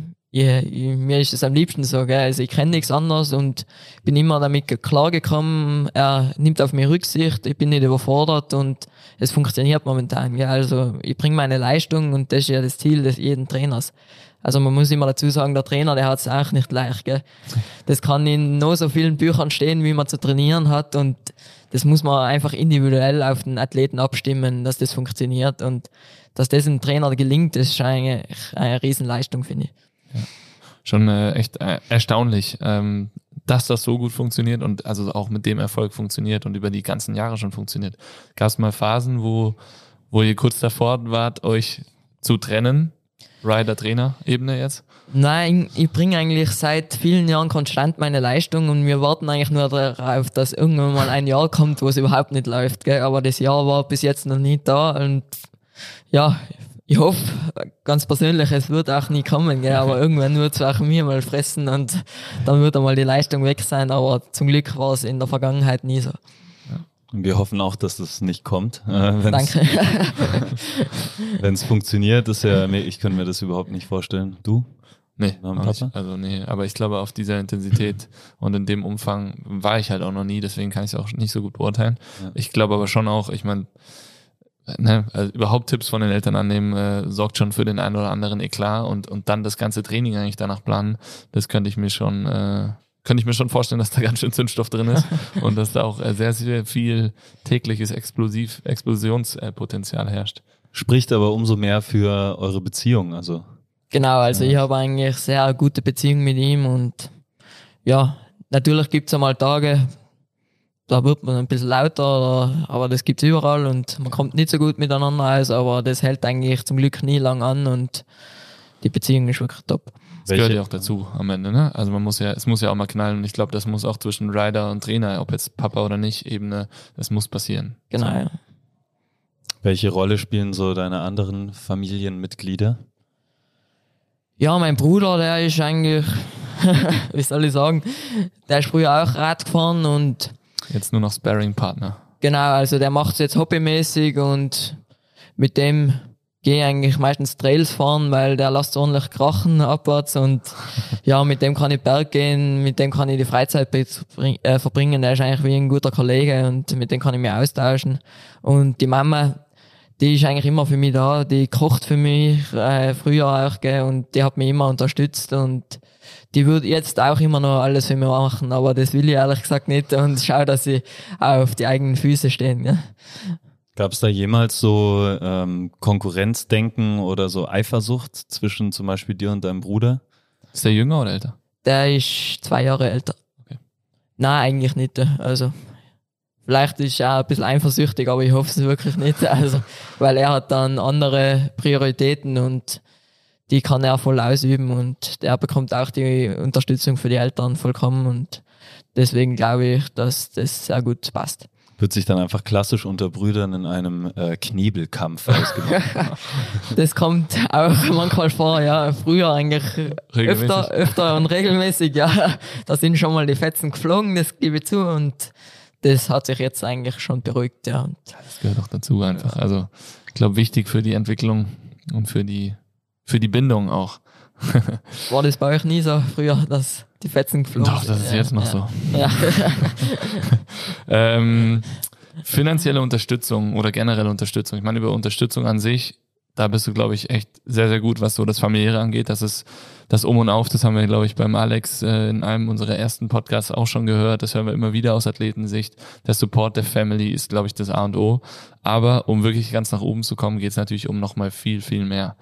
mir ist es am liebsten so, gell? Also ich kenne nichts anderes und bin immer damit klargekommen, er nimmt auf mich Rücksicht, ich bin nicht überfordert und es funktioniert momentan, gell? Also ich bringe meine Leistung und das ist ja das Ziel des jeden Trainers. Also man muss immer dazu sagen, der Trainer, der hat es auch nicht leicht, gell? Das kann in noch so vielen Büchern stehen, wie man zu trainieren hat und das muss man einfach individuell auf den Athleten abstimmen, dass das funktioniert und dass das einem Trainer gelingt, das ist eine Riesenleistung, finde ich. Ja. Schon echt erstaunlich, dass das so gut funktioniert und also auch mit dem Erfolg funktioniert und über die ganzen Jahre schon funktioniert. Gab es mal Phasen, wo ihr kurz davor wart, euch zu trennen? Rider-Trainer-Ebene jetzt? Nein, ich bringe eigentlich seit vielen Jahren konstant meine Leistung und wir warten eigentlich nur darauf, dass irgendwann mal ein Jahr kommt, wo es überhaupt nicht läuft, gell? Aber das Jahr war bis jetzt noch nie da und ja, ich hoffe ganz persönlich, es wird auch nie kommen, gell? Aber irgendwann wird es auch mir mal fressen und dann wird einmal die Leistung weg sein, aber zum Glück war es in der Vergangenheit nie so. Und wir hoffen auch, dass das nicht kommt. Danke. Wenn es funktioniert, ist ja, ich könnte mir das überhaupt nicht vorstellen. Du? Nee, also nee, aber ich glaube, auf dieser Intensität und in dem Umfang war ich halt auch noch nie, deswegen kann ich es auch nicht so gut beurteilen. Ja. Ich glaube aber schon auch, ich meine, also überhaupt Tipps von den Eltern annehmen, sorgt schon für den einen oder anderen Eklat und dann das ganze Training eigentlich danach planen, das könnte ich mir schon vorstellen, dass da ganz schön Zündstoff drin ist und dass da auch sehr, sehr viel tägliches Explosionspotenzial herrscht. Spricht aber umso mehr für eure Beziehung, also. Genau, also ich habe eigentlich sehr gute Beziehung mit ihm und ja, natürlich gibt's einmal Tage, da wird man ein bisschen lauter, aber das gibt's überall und man kommt nicht so gut miteinander aus, aber das hält eigentlich zum Glück nie lang an und die Beziehung ist wirklich top. Das gehört ja auch dazu am Ende, ne? Also es muss ja auch mal knallen und ich glaube, das muss auch zwischen Rider und Trainer, ob jetzt Papa oder nicht, Ebene, das muss passieren. Genau, so. ja. Welche Rolle spielen so deine anderen Familienmitglieder? Ja, mein Bruder, der ist eigentlich, wie soll ich sagen, der ist früher auch Rad gefahren und jetzt nur noch Sparring-Partner. Genau, also der macht es jetzt hobbymäßig und mit dem gehe ich eigentlich meistens Trails fahren, weil der lässt ordentlich krachen abwärts und ja, mit dem kann ich Berg gehen, mit dem kann ich die Freizeit verbringen, der ist eigentlich wie ein guter Kollege und mit dem kann ich mich austauschen. Und die Mama, die ist eigentlich immer für mich da, die kocht für mich, früher auch, gell, und die hat mich immer unterstützt und die würde jetzt auch immer noch alles für mich machen, aber das will ich ehrlich gesagt nicht und schau, dass sie auf die eigenen Füße stehen. Gell. Gab es da jemals so Konkurrenzdenken oder so Eifersucht zwischen zum Beispiel dir und deinem Bruder? Ist der jünger oder älter? Der ist 2 Jahre älter. Okay. Nein, eigentlich nicht. Also vielleicht ist er auch ein bisschen eifersüchtig, aber ich hoffe es wirklich nicht. Also, weil er hat dann andere Prioritäten und die kann er voll ausüben und der bekommt auch die Unterstützung für die Eltern vollkommen und deswegen glaube ich, dass das sehr gut passt. Wird sich dann einfach klassisch unter Brüdern in einem Knebelkampf ausgemacht. Das kommt auch manchmal vor, ja. Früher eigentlich öfter und regelmäßig, ja. Da sind schon mal die Fetzen geflogen, das gebe ich zu und das hat sich jetzt eigentlich schon beruhigt, ja. Das gehört auch dazu einfach. Also ich glaube, wichtig für die Entwicklung und für die Bindung auch. War das bei euch nie so früher, dass die Fetzen geflogen sind? Doch, das ist jetzt noch so. Ja. Finanzielle Unterstützung oder generelle Unterstützung. Ich meine, über Unterstützung an sich, da bist du, glaube ich, echt sehr, sehr gut, was so das Familiäre angeht. Das ist das Um und Auf, das haben wir, glaube ich, beim Alex in einem unserer ersten Podcasts auch schon gehört. Das hören wir immer wieder aus Athletensicht. Der Support der Family ist, glaube ich, das A und O. Aber um wirklich ganz nach oben zu kommen, geht es natürlich um nochmal viel, viel mehr.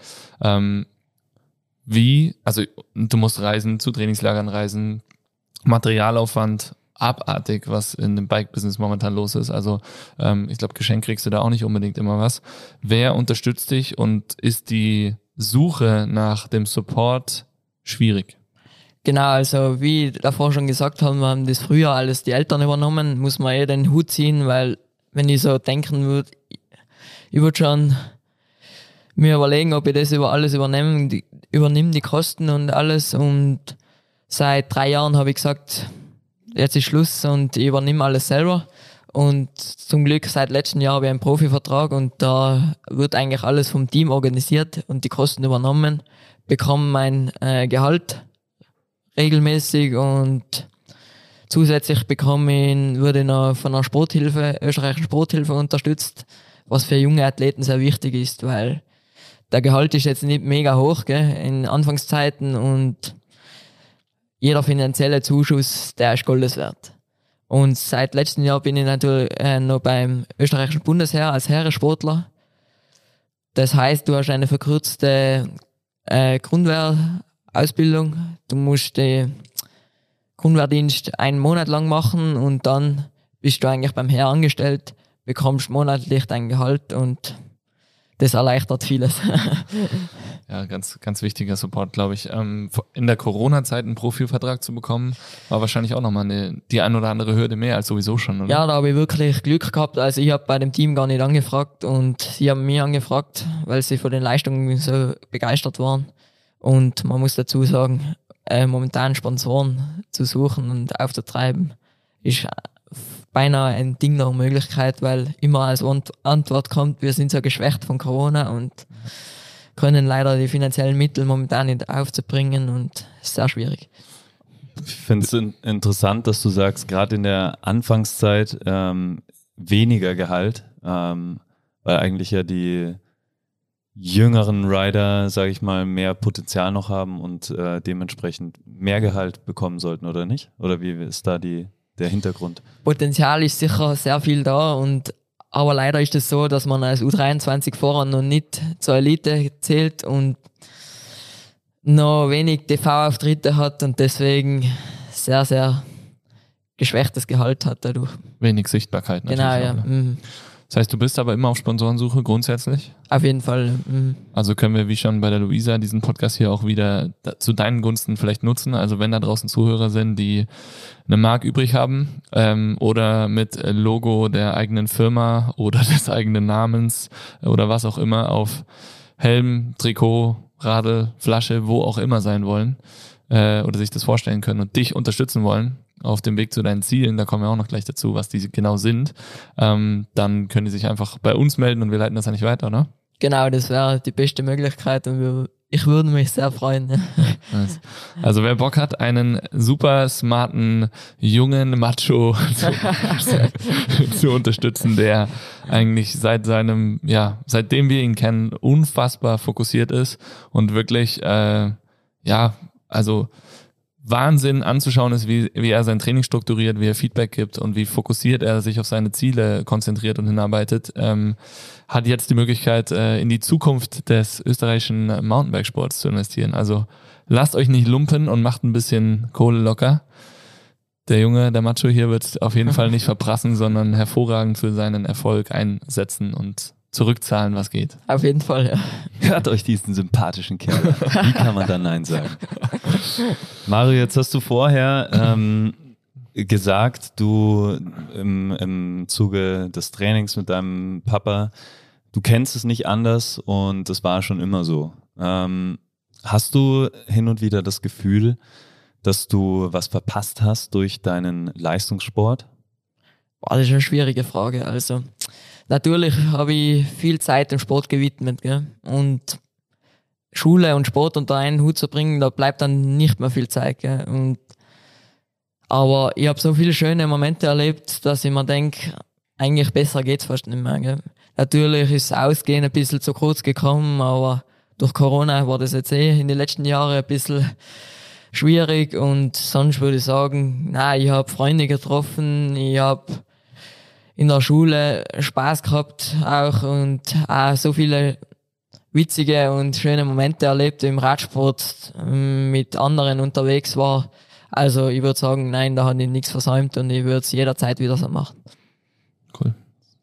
Also du musst reisen, zu Trainingslagern reisen, Materialaufwand, abartig, was in dem Bike-Business momentan los ist. Also ich glaube, Geschenk kriegst du da auch nicht unbedingt immer was. Wer unterstützt dich und ist die Suche nach dem Support schwierig? Genau, also wie davor schon gesagt haben, wir haben das früher alles die Eltern übernommen, muss man den Hut ziehen, weil wenn ich so denken würde, ich würde schon mir überlegen, ob ich das alles übernehme, die Kosten und alles, und seit 3 Jahren habe ich gesagt, jetzt ist Schluss und ich übernehme alles selber. Und zum Glück seit letztem Jahr habe ich einen Profivertrag und da wird eigentlich alles vom Team organisiert und die Kosten übernommen, bekomme mein Gehalt regelmäßig und zusätzlich wurde ich noch von einer österreichischen Sporthilfe unterstützt, was für junge Athleten sehr wichtig ist, weil der Gehalt ist jetzt nicht mega hoch, gell, in Anfangszeiten, und jeder finanzielle Zuschuss, der ist Goldes wert. Und seit letztem Jahr bin ich natürlich noch beim österreichischen Bundesheer als Heeressportler. Das heißt, du hast eine verkürzte Grundwehrausbildung. Du musst den Grundwehrdienst 1 Monat lang machen und dann bist du eigentlich beim Heer angestellt, bekommst monatlich dein Gehalt und das erleichtert vieles. Ja, ganz, ganz wichtiger Support, glaube ich. In der Corona-Zeit einen Profivertrag zu bekommen, war wahrscheinlich auch nochmal die ein oder andere Hürde mehr als sowieso schon, oder? Ja, da habe ich wirklich Glück gehabt. Also ich habe bei dem Team gar nicht angefragt und sie haben mich angefragt, weil sie von den Leistungen so begeistert waren. Und man muss dazu sagen, momentan Sponsoren zu suchen und aufzutreiben, ist beinahe ein Ding der Unmöglichkeit, weil immer als Antwort kommt, wir sind so geschwächt von Corona und können leider die finanziellen Mittel momentan nicht aufzubringen und ist sehr schwierig. Ich finde es interessant, dass du sagst, gerade in der Anfangszeit weniger Gehalt, weil eigentlich ja die jüngeren Rider, sage ich mal, mehr Potenzial noch haben und dementsprechend mehr Gehalt bekommen sollten, oder nicht? Oder wie ist da der Hintergrund? Potenzial ist sicher sehr viel da, aber leider ist es so, dass man als U23-Fahrer noch nicht zur Elite zählt und noch wenig TV-Auftritte hat und deswegen sehr, sehr geschwächtes Gehalt hat dadurch. Wenig Sichtbarkeit natürlich. Genau, ja. Auch, ne? Das heißt, du bist aber immer auf Sponsorensuche grundsätzlich? Auf jeden Fall. Also können wir wie schon bei der Luisa diesen Podcast hier auch wieder zu deinen Gunsten vielleicht nutzen. Also wenn da draußen Zuhörer sind, die eine Mark übrig haben oder mit Logo der eigenen Firma oder des eigenen Namens oder was auch immer auf Helm, Trikot, Radl, Flasche, wo auch immer sein wollen oder sich das vorstellen können und dich unterstützen wollen auf dem Weg zu deinen Zielen, da kommen wir auch noch gleich dazu, was die genau sind, dann können die sich einfach bei uns melden und wir leiten das ja nicht weiter, oder? Genau, das wäre die beste Möglichkeit und ich würde mich sehr freuen. Also wer Bock hat, einen super smarten, jungen Macho zu unterstützen, der eigentlich seitdem wir ihn kennen, unfassbar fokussiert ist und wirklich, Wahnsinn anzuschauen ist, wie er sein Training strukturiert, wie er Feedback gibt und wie fokussiert er sich auf seine Ziele konzentriert und hinarbeitet, hat jetzt die Möglichkeit, in die Zukunft des österreichischen Mountainbikesports zu investieren. Also lasst euch nicht lumpen und macht ein bisschen Kohle locker. Der Macho hier wird auf jeden Fall nicht verprassen, sondern hervorragend für seinen Erfolg einsetzen und zurückzahlen, was geht. Auf jeden Fall, ja. Hört euch diesen sympathischen Kerl an. Wie kann man da Nein sagen? Mario, jetzt hast du vorher gesagt, du im Zuge des Trainings mit deinem Papa, du kennst es nicht anders und das war schon immer so. Hast du hin und wieder das Gefühl, dass du was verpasst hast durch deinen Leistungssport? Boah, das ist eine schwierige Frage. Also natürlich habe ich viel Zeit dem Sport gewidmet, gell? Und Schule und Sport unter einen Hut zu bringen, da bleibt dann nicht mehr viel Zeit, gell? Aber ich habe so viele schöne Momente erlebt, dass ich mir denke, eigentlich besser geht's fast nicht mehr, gell? Natürlich ist das Ausgehen ein bisschen zu kurz gekommen, aber durch Corona war das jetzt in den letzten Jahren ein bisschen schwierig und sonst würde ich sagen, ich habe Freunde getroffen, ich habe in der Schule Spaß gehabt auch und auch so viele witzige und schöne Momente erlebt im Radsport, mit anderen unterwegs war. Also ich würde sagen, nein, da habe ich nichts versäumt und ich würde es jederzeit wieder so machen. Cool.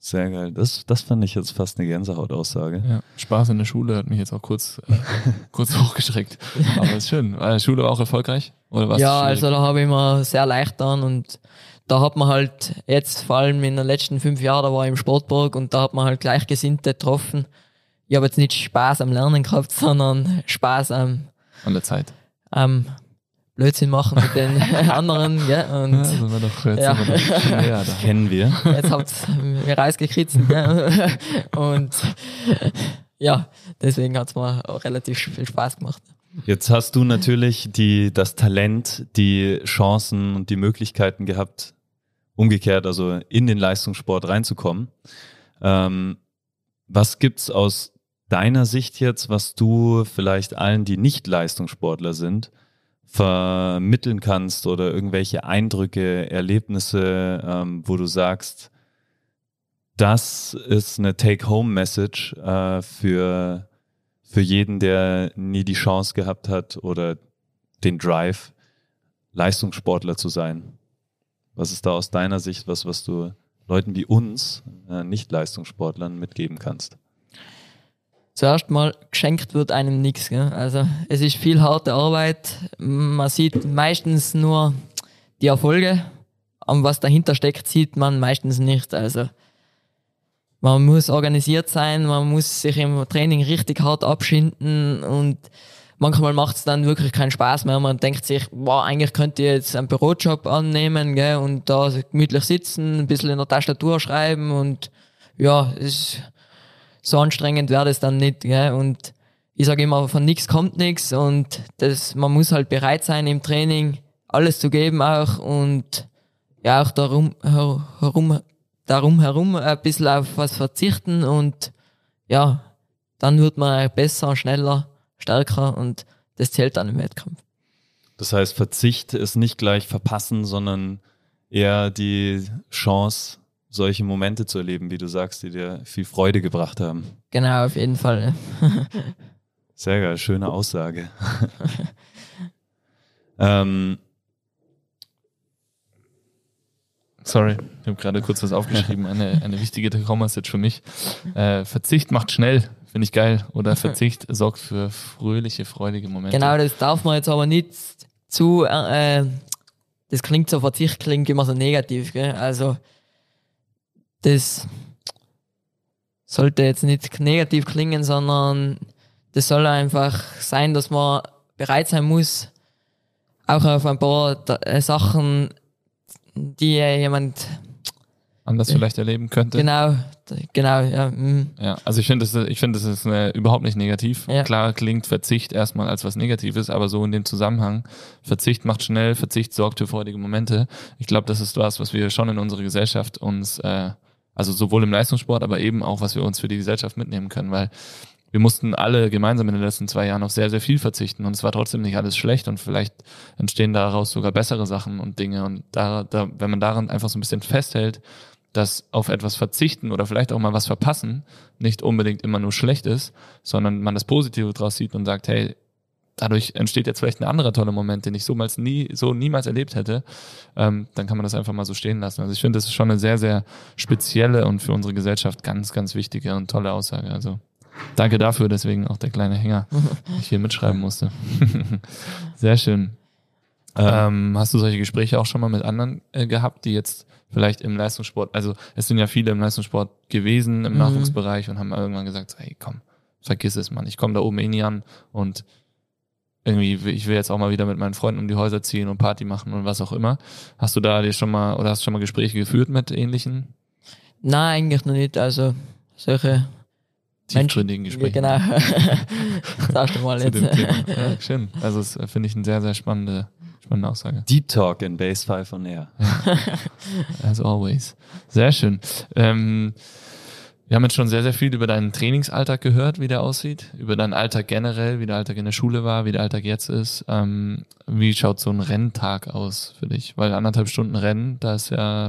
Sehr geil. Das fand ich jetzt fast eine Gänsehautaussage. Ja, Spaß in der Schule hat mich jetzt auch kurz hochgeschreckt. Aber ist schön. War die Schule auch erfolgreich? Oder war's Ja, schwierig? also da habe ich mir sehr leicht getan und da hat man halt jetzt vor allem in den letzten 5 Jahren, da war ich im Sportpark und da hat man halt Gleichgesinnte getroffen. Ich habe jetzt nicht Spaß am Lernen gehabt, sondern Spaß am An der Zeit. Blödsinn machen mit den anderen. Ja, und Ja, sind wir doch jetzt Ja. sind wir doch schon näher da. Kennen wir. jetzt habt ihr mir rausgekritzelt. Ja. Und ja, deswegen hat es mir auch relativ viel Spaß gemacht. Jetzt hast du natürlich das Talent, die Chancen und die Möglichkeiten gehabt, umgekehrt, also in den Leistungssport reinzukommen. Was gibt's aus deiner Sicht jetzt, was du vielleicht allen, die nicht Leistungssportler sind, vermitteln kannst oder irgendwelche Eindrücke, Erlebnisse, wo du sagst, das ist eine Take-Home-Message für jeden, der nie die Chance gehabt hat oder den Drive, Leistungssportler zu sein? Was ist da aus deiner Sicht was du Leuten wie uns, Nicht-Leistungssportlern, mitgeben kannst? Zuerst mal, geschenkt wird einem nichts. Also es ist viel harte Arbeit. Man sieht meistens nur die Erfolge. Und was dahinter steckt, sieht man meistens nicht. Also man muss organisiert sein, man muss sich im Training richtig hart abschinden und manchmal macht es dann wirklich keinen Spaß mehr. Man denkt sich, boah, eigentlich könnte ich jetzt einen Bürojob annehmen, gell, und da gemütlich sitzen, ein bisschen in der Tastatur schreiben und ja, so anstrengend wäre das dann nicht. Gell? Und ich sage immer, von nichts kommt nichts und man muss halt bereit sein im Training alles zu geben auch und ja auch darum herum ein bisschen auf was verzichten und ja, dann wird man besser, schneller, stärker und das zählt dann im Wettkampf. Das heißt, Verzicht ist nicht gleich verpassen, sondern eher die Chance, solche Momente zu erleben, wie du sagst, die dir viel Freude gebracht haben. Genau, auf jeden Fall. Ja. Sehr geil, schöne Aussage. Sorry, ich habe gerade kurz was aufgeschrieben, eine wichtige Take-Home-Message für mich. Verzicht macht schnell, finde ich geil. Oder Verzicht sorgt für fröhliche, freudige Momente. Genau, das darf man jetzt aber nicht das klingt so, Verzicht klingt immer so negativ, gell? Also das sollte jetzt nicht negativ klingen, sondern das soll einfach sein, dass man bereit sein muss, auch auf ein paar Sachen, die jemand anders vielleicht erleben könnte. Genau, ja. Ja, also ich finde, das ist überhaupt nicht negativ. Ja. Klar klingt Verzicht erstmal als was Negatives, aber so in dem Zusammenhang, Verzicht macht schnell, Verzicht sorgt für freudige Momente. Ich glaube, das ist was wir schon in unserer Gesellschaft uns, also sowohl im Leistungssport, aber eben auch, was wir uns für die Gesellschaft mitnehmen können, weil wir mussten alle gemeinsam in den letzten 2 Jahren auf sehr, sehr viel verzichten und es war trotzdem nicht alles schlecht und vielleicht entstehen daraus sogar bessere Sachen und Dinge und wenn man daran einfach so ein bisschen festhält, dass auf etwas verzichten oder vielleicht auch mal was verpassen nicht unbedingt immer nur schlecht ist, sondern man das Positive draus sieht und sagt, hey, dadurch entsteht jetzt vielleicht ein anderer toller Moment, den ich niemals erlebt hätte, dann kann man das einfach mal so stehen lassen. Also ich finde, das ist schon eine sehr, sehr spezielle und für unsere Gesellschaft ganz, ganz wichtige und tolle Aussage. Also danke dafür, deswegen auch der kleine Hänger, den ich hier mitschreiben musste. Sehr schön. Hast du solche Gespräche auch schon mal mit anderen gehabt, die jetzt vielleicht im Leistungssport, also es sind ja viele im Leistungssport gewesen, im Nachwuchsbereich und haben irgendwann gesagt, hey komm, vergiss es, Mann, ich komme da oben eh nie an und irgendwie, ich will jetzt auch mal wieder mit meinen Freunden um die Häuser ziehen und Party machen und was auch immer. Hast du da schon mal Gespräche geführt mit ähnlichen? Nein, eigentlich noch nicht, also solche tiefgründigen Gespräche. Genau. Sagst du mal zu jetzt. dem Thema. Ja, schön. Also das finde ich eine sehr, sehr spannende Aussage. Deep Talk in Base 5 on Air. Ja. As always. Sehr schön. Wir haben jetzt schon sehr, sehr viel über deinen Trainingsalltag gehört, wie der aussieht, über deinen Alltag generell, wie der Alltag in der Schule war, wie der Alltag jetzt ist. Wie schaut so ein Renntag aus für dich? Weil 1,5 Stunden Rennen, da ist ja,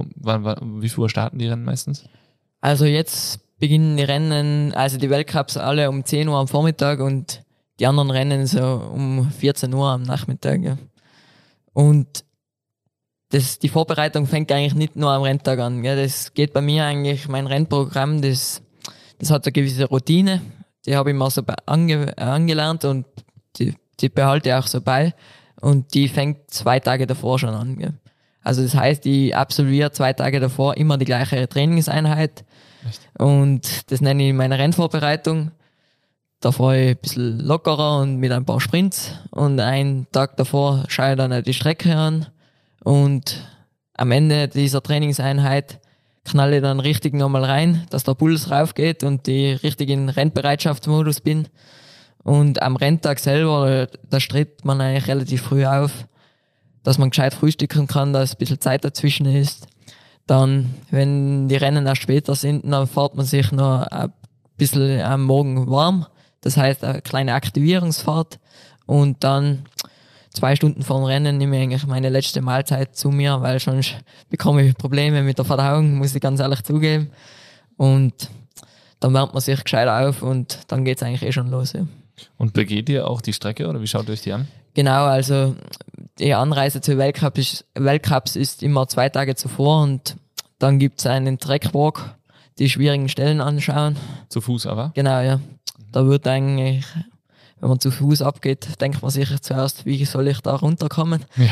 wie viel Uhr starten die Rennen meistens? Also jetzt beginnen die Rennen, also die Weltcups alle um 10 Uhr am Vormittag und die anderen Rennen so um 14 Uhr am Nachmittag. Ja. Und die Vorbereitung fängt eigentlich nicht nur am Renntag an. Gell? Das geht bei mir eigentlich, mein Rennprogramm, das hat eine gewisse Routine, die habe ich mir so angelernt und die behalte ich auch so bei und die fängt 2 Tage davor schon an. Gell? Also das heißt, ich absolviere 2 Tage davor immer die gleiche Trainingseinheit. Echt? Und das nenne ich meine Rennvorbereitung. Da fahre ich ein bisschen lockerer und mit ein paar Sprints und einen Tag davor schaue ich dann die Strecke an und am Ende dieser Trainingseinheit knalle ich dann richtig nochmal rein, dass der Puls raufgeht und ich richtig in Rennbereitschaftsmodus bin. Und am Renntag selber, da strebt man eigentlich relativ früh auf, dass man gescheit frühstücken kann, dass ein bisschen Zeit dazwischen ist. Dann, wenn die Rennen erst später sind, dann fährt man sich noch ein bisschen am Morgen warm. Das heißt, eine kleine Aktivierungsfahrt. Und dann 2 Stunden vor dem Rennen nehme ich eigentlich meine letzte Mahlzeit zu mir, weil sonst bekomme ich Probleme mit der Verdauung, muss ich ganz ehrlich zugeben. Und dann wärmt man sich gescheit auf und dann geht's eigentlich schon los. Ja. Und begeht ihr auch die Strecke oder wie schaut ihr euch die an? Genau, also die Anreise zu Weltcups ist immer 2 Tage zuvor und dann gibt's einen Trackwalk, die schwierigen Stellen anschauen. Zu Fuß aber? Genau, ja. Da wird eigentlich, wenn man zu Fuß abgeht, denkt man sich zuerst, wie soll ich da runterkommen? Ja.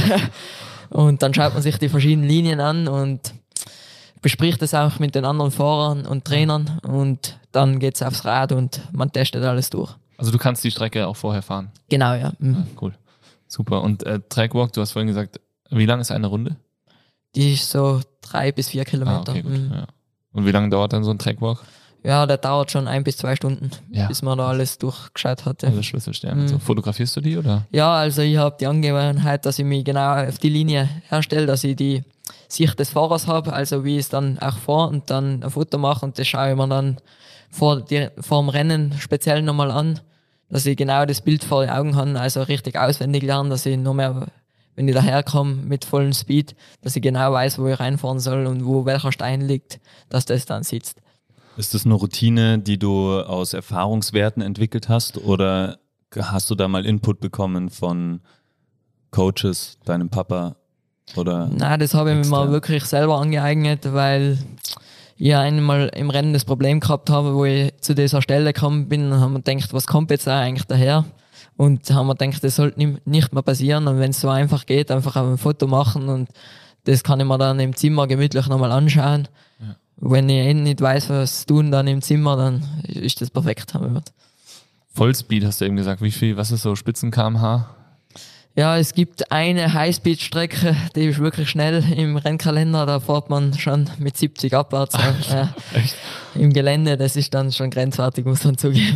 Und dann schaut man sich die verschiedenen Linien an und bespricht es auch mit den anderen Fahrern und Trainern und dann geht's aufs Rad und man testet alles durch. Also du kannst die Strecke auch vorher fahren? Genau, ja. Mhm. Ah, cool. Super. Und Trackwalk, du hast vorhin gesagt, wie lang ist eine Runde? Die ist so 3 bis 4 Kilometer. Okay, gut. Ja. Und wie lange dauert dann so ein Trackwalk? Ja, der dauert schon 1 bis 2 Stunden, Ja. bis man da alles durchgeschaut hatte. Also Schlüsselsterne. So, fotografierst du die oder? Ja, also ich habe die Angewohnheit, dass ich mich genau auf die Linie herstelle, dass ich die Sicht des Fahrers habe, also wie ich es dann auch fahre und dann ein Foto mache und das schaue ich mir dann vor dem Rennen speziell nochmal an, dass ich genau das Bild vor den Augen habe, also richtig auswendig lerne, dass ich noch mehr, wenn ich daherkomme mit vollem Speed, dass ich genau weiß, wo ich reinfahren soll und wo welcher Stein liegt, dass das dann sitzt. Ist das eine Routine, die du aus Erfahrungswerten entwickelt hast oder hast du da mal Input bekommen von Coaches, deinem Papa oder? Nein, das habe ich mir mal wirklich selber angeeignet, weil ich einmal im Rennen das Problem gehabt habe, wo ich zu dieser Stelle gekommen bin und haben wir gedacht, was kommt jetzt eigentlich daher? Und haben wir gedacht, das sollte nicht mehr passieren und wenn es so einfach geht, einfach ein Foto machen und das kann ich mir dann im Zimmer gemütlich nochmal anschauen. Ja. Wenn ich nicht weiß, was tun dann im Zimmer, dann ist das perfekt. Vollspeed hast du eben gesagt. Wie viel, was ist so Spitzen-kmh? Ja, es gibt eine Highspeed-Strecke, die ist wirklich schnell im Rennkalender, da fährt man schon mit 70 abwärts. Echt? Im Gelände, das ist dann schon grenzwertig, muss man zugeben.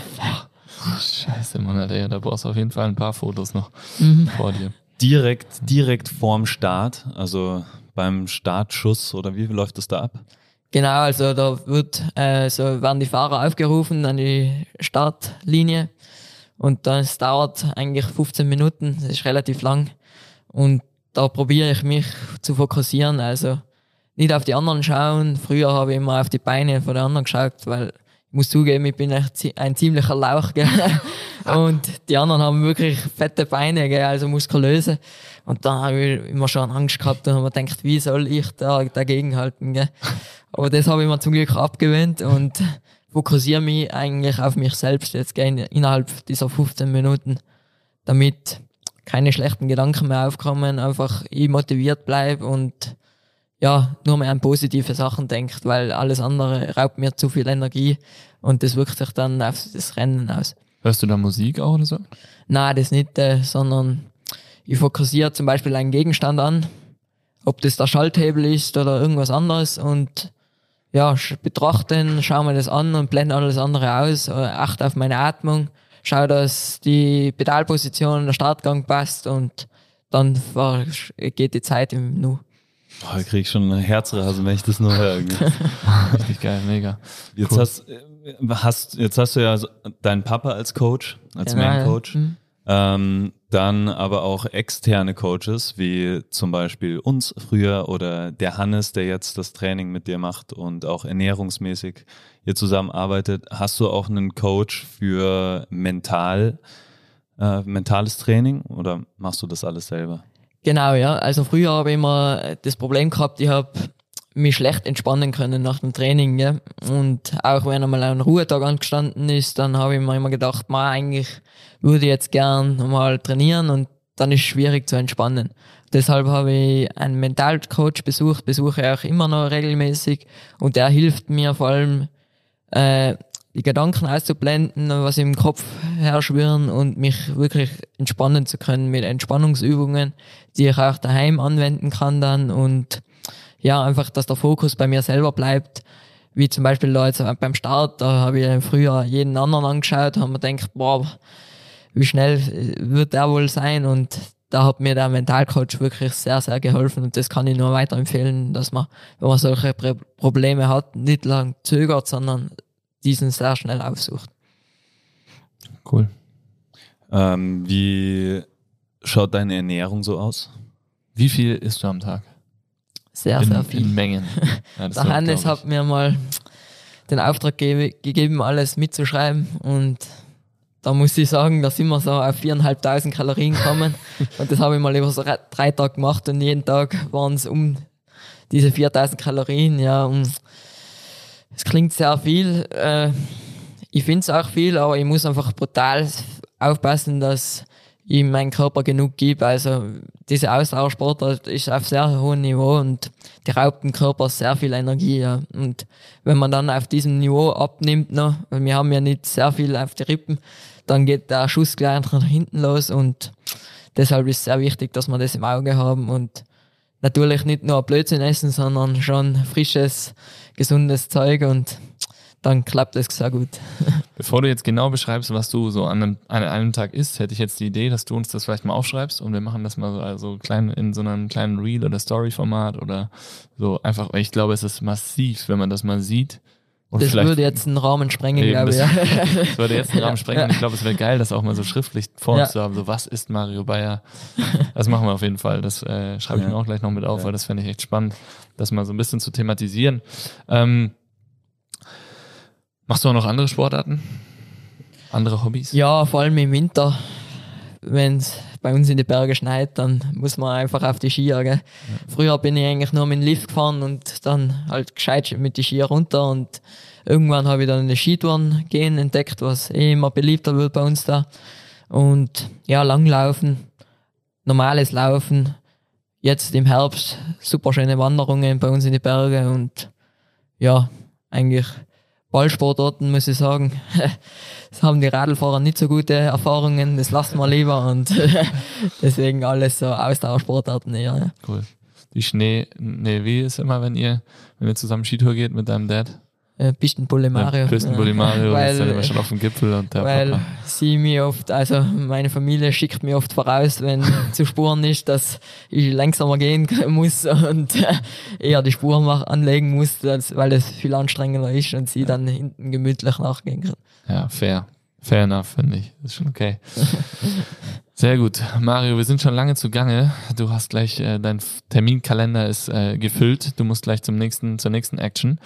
Scheiße, Mann, Alter, da brauchst du auf jeden Fall ein paar Fotos noch vor dir. Direkt vorm Start, also beim Startschuss oder wie läuft das da ab? Genau, also da werden die Fahrer aufgerufen an die Startlinie und dann es dauert eigentlich 15 Minuten, das ist relativ lang und da probiere ich mich zu fokussieren, also nicht auf die anderen schauen. Früher habe ich immer auf die Beine von den anderen geschaut, weil ich muss zugeben, ich bin ein ziemlicher Lauch, gell? Und die anderen haben wirklich fette Beine, gell? Also muskulöse. Und da habe ich immer schon Angst gehabt und habe mir gedacht, wie soll ich da dagegen halten, gell? Aber das habe ich mir zum Glück abgewöhnt und fokussiere mich eigentlich auf mich selbst jetzt innerhalb dieser 15 Minuten, damit keine schlechten Gedanken mehr aufkommen, einfach ich motiviert bleibe und ja, nur mehr an positive Sachen denkt, weil alles andere raubt mir zu viel Energie und das wirkt sich dann auf das Rennen aus. Hörst du da Musik auch oder so? Nein, das nicht, sondern ich fokussiere zum Beispiel einen Gegenstand an, ob das der Schalthebel ist oder irgendwas anderes und ja, betrachten, schaue mir das an und blende alles andere aus, achte auf meine Atmung, schaue, dass die Pedalposition, der Startgang passt und dann geht die Zeit im Nu. Oh, ich krieg schon Herzrasen, wenn ich das nur höre. Richtig geil, mega. Jetzt, cool. jetzt hast du ja deinen Papa als Coach, als Main-Coach. Ja. Dann aber auch externe Coaches, wie zum Beispiel uns früher oder der Hannes, der jetzt das Training mit dir macht und auch ernährungsmäßig hier zusammenarbeitet. Hast du auch einen Coach für mentales Training oder machst du das alles selber? Genau, ja. Also früher habe ich immer das Problem gehabt, ich habe mich schlecht entspannen können nach dem Training. Ja. Und auch wenn einmal ein Ruhetag angestanden ist, dann habe ich mir immer gedacht, eigentlich würde ich jetzt gern mal trainieren und dann ist es schwierig zu entspannen. Deshalb habe ich einen Mentalcoach besuche ich auch immer noch regelmäßig und der hilft mir vor allem, die Gedanken auszublenden, was im Kopf herschwirren und mich wirklich entspannen zu können mit Entspannungsübungen, die ich auch daheim anwenden kann dann und ja, einfach, dass der Fokus bei mir selber bleibt, wie zum Beispiel da jetzt beim Start, da habe ich früher jeden anderen angeschaut, haben mir gedacht, wie schnell wird der wohl sein und da hat mir der Mentalcoach wirklich sehr, sehr geholfen und das kann ich nur weiterempfehlen, dass man, wenn man solche Probleme hat, nicht lang zögert, sondern diesen sehr schnell aufsucht. Cool. Wie schaut deine Ernährung so aus? Wie viel isst du am Tag? Sehr viel. In Mengen. Ja, der Hannes hat mir mal den Auftrag gegeben, alles mitzuschreiben und da muss ich sagen, da sind wir so auf 4.500 Kalorien gekommen und das habe ich mal über so 3 Tage gemacht und jeden Tag waren es um diese 4.000 Kalorien, ja, und es klingt sehr viel, ich finde es auch viel, aber ich muss einfach brutal aufpassen, dass ich meinem Körper genug gebe. Also diese Ausdauersportart ist auf sehr hohem Niveau und die raubt dem Körper sehr viel Energie. Ja. Und wenn man dann auf diesem Niveau abnimmt noch, weil wir haben ja nicht sehr viel auf die Rippen, dann geht der Schuss gleich nach hinten los und deshalb ist es sehr wichtig, dass wir das im Auge haben und natürlich nicht nur Blödsinn essen, sondern schon frisches, gesundes Zeug und dann klappt es sehr gut. Bevor du jetzt genau beschreibst, was du so an einem Tag isst, hätte ich jetzt die Idee, dass du uns das vielleicht mal aufschreibst und wir machen das mal also klein in so einem kleinen Reel- oder Story-Format oder so einfach, weil ich glaube, es ist massiv, wenn man das mal sieht. Und das würde jetzt einen Rahmen sprengen, glaube ich. Das würde jetzt einen Rahmen sprengen und ich glaube, es wäre geil, das auch mal so schriftlich vor uns zu haben. So, was ist Mario Bayer? Das machen wir auf jeden Fall. Das schreibe ich mir auch gleich noch mit auf, weil das fände ich echt spannend, das mal so ein bisschen zu thematisieren. Machst du auch noch andere Sportarten? Andere Hobbys? Ja, vor allem im Winter. Wenn es bei uns in die Berge schneit, dann muss man einfach auf die Skier. Gell? Ja. Früher bin ich eigentlich nur mit dem Lift gefahren und dann halt gescheit mit die Skier runter und irgendwann habe ich dann eine Skitouren gehen entdeckt, was immer beliebter wird bei uns da. Und ja, Langlaufen, normales Laufen, jetzt im Herbst super schöne Wanderungen bei uns in die Berge und ja, eigentlich Ballsportarten, muss ich sagen. Das haben die Radlfahrer nicht so gute Erfahrungen, das lassen wir lieber und deswegen alles so Ausdauersportarten eher. Ja. Cool. Die wie ist immer, wenn ihr zusammen Skitour geht mit deinem Dad? Pistenbulle Mario. Pistenbulle Mario, weil, ist immer schon auf dem Gipfel und der weil Papa. Sie mir oft, also meine Familie schickt mir oft voraus, wenn zu Spuren ist, dass ich langsamer gehen muss und eher die Spuren anlegen muss, weil es viel anstrengender ist und sie dann hinten gemütlich nachgehen kann. Ja, fair. Fair enough, finde ich. Das ist schon okay. Sehr gut. Mario, wir sind schon lange zugange. Du hast gleich, dein Terminkalender ist gefüllt. Du musst gleich zur nächsten Action.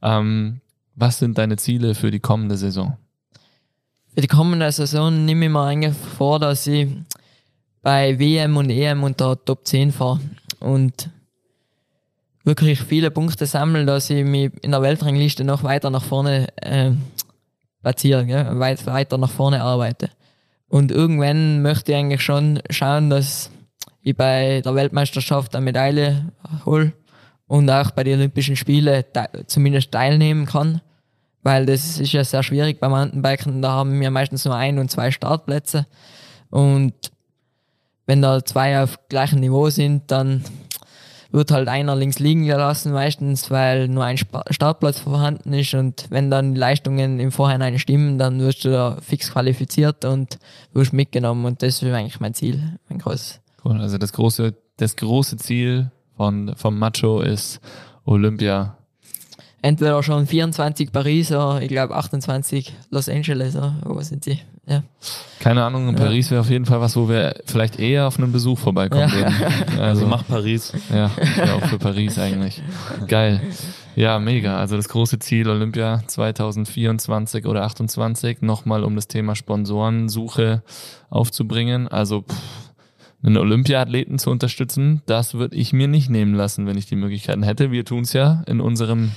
Was sind deine Ziele für die kommende Saison? Für die kommende Saison nehme ich mir eigentlich vor, dass ich bei WM und EM unter Top 10 fahre und wirklich viele Punkte sammle, dass ich mich in der Weltrangliste noch weiter nach vorne platziere, gell? Weiter nach vorne arbeite. Und irgendwann möchte ich eigentlich schon schauen, dass ich bei der Weltmeisterschaft eine Medaille hole und auch bei den Olympischen Spielen zumindest teilnehmen kann, weil das ist ja sehr schwierig beim Mountainbiken, da haben wir meistens nur 1 und 2 Startplätze und wenn da 2 auf gleichem Niveau sind, dann wird halt einer links liegen gelassen meistens, weil nur ein Startplatz vorhanden ist und wenn dann die Leistungen im Vorhinein stimmen, dann wirst du da fix qualifiziert und wirst mitgenommen und das ist eigentlich mein Ziel, mein großes. Cool, also das große Ziel vom Macho ist Olympia. Entweder schon 24 Paris oder ich glaube 28 Los Angeles, oder wo sind sie? Ja. Keine Ahnung, in Paris wäre auf jeden Fall was, wo wir vielleicht eher auf einen Besuch vorbeikommen würden. Also mach Paris. Ja, auch für Paris eigentlich. Geil. Ja, mega. Also das große Ziel Olympia 2024 oder 28 nochmal um das Thema Sponsorensuche aufzubringen. Also einen Olympiathleten zu unterstützen, das würde ich mir nicht nehmen lassen, wenn ich die Möglichkeiten hätte. Wir tun es ja in unseren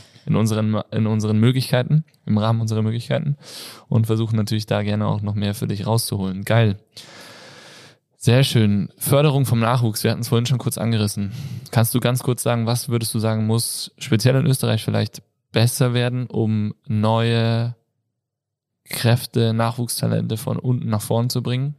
Möglichkeiten, im Rahmen unserer Möglichkeiten und versuchen natürlich da gerne auch noch mehr für dich rauszuholen. Geil. Sehr schön. Förderung vom Nachwuchs, wir hatten es vorhin schon kurz angerissen. Kannst du ganz kurz sagen, was würdest du sagen, muss speziell in Österreich vielleicht besser werden, um neue Kräfte, Nachwuchstalente von unten nach vorn zu bringen?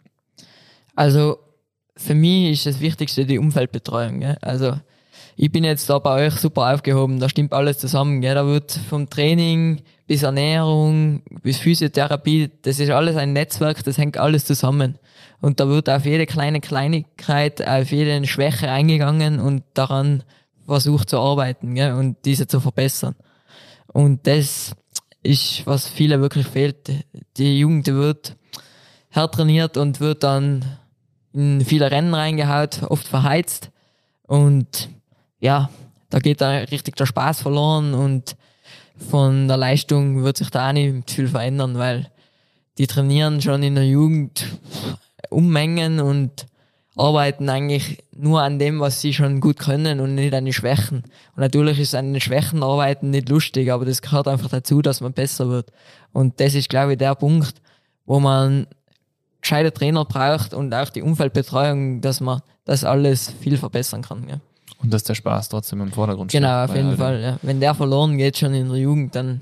Also für mich ist das Wichtigste die Umfeldbetreuung. Gell? Also ich bin jetzt da bei euch super aufgehoben, da stimmt alles zusammen. Gell? Da wird vom Training bis Ernährung, bis Physiotherapie, das ist alles ein Netzwerk, das hängt alles zusammen. Und da wird auf jede kleine Kleinigkeit, auf jede Schwäche eingegangen und daran versucht zu arbeiten, gell? Und diese zu verbessern. Und das ist, was vielen wirklich fehlt. Die Jugend wird hart trainiert und wird dann in viele Rennen reingehaut, oft verheizt. Und ja, da geht dann richtig der Spaß verloren und von der Leistung wird sich da auch nicht viel verändern, weil die trainieren schon in der Jugend Unmengen und arbeiten eigentlich nur an dem, was sie schon gut können und nicht an den Schwächen. Und natürlich ist an den Schwächen arbeiten nicht lustig, aber das gehört einfach dazu, dass man besser wird. Und das ist, glaube ich, der Punkt, wo man gescheite Trainer braucht und auch die Umfeldbetreuung, dass man das alles viel verbessern kann. Ja. Und dass der Spaß trotzdem im Vordergrund steht. Genau, auf jeden Fall. Ja. Wenn der verloren geht schon in der Jugend, dann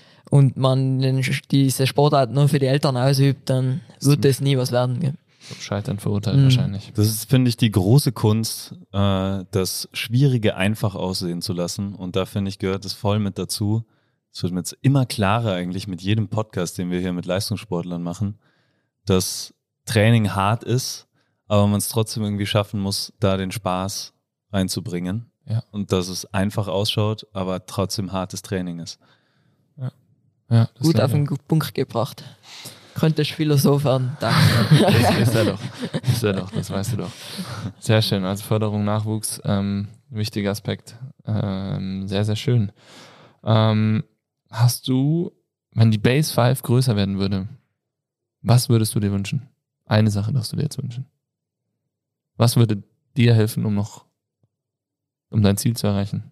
und man diese Sportart nur für die Eltern ausübt, dann wird das nie was werden. Ja. Scheitern verurteilt wahrscheinlich. Das ist, finde ich, die große Kunst, das Schwierige einfach aussehen zu lassen. Und da, finde ich, gehört es voll mit dazu. Es wird mir jetzt immer klarer eigentlich mit jedem Podcast, den wir hier mit Leistungssportlern machen, dass Training hart ist, aber man es trotzdem irgendwie schaffen muss, da den Spaß reinzubringen. Ja. Und dass es einfach ausschaut, aber trotzdem hartes Training ist. Ja, gut auf den Punkt gebracht. Könntest Philosoph werden. Danke. Ist er doch, das weißt du doch. Sehr schön, also Förderung, Nachwuchs, wichtiger Aspekt. Sehr, sehr schön. Hast du, wenn die Base 5 größer werden würde, was würdest du dir wünschen? Eine Sache darfst du dir jetzt wünschen. Was würde dir helfen, um dein Ziel zu erreichen?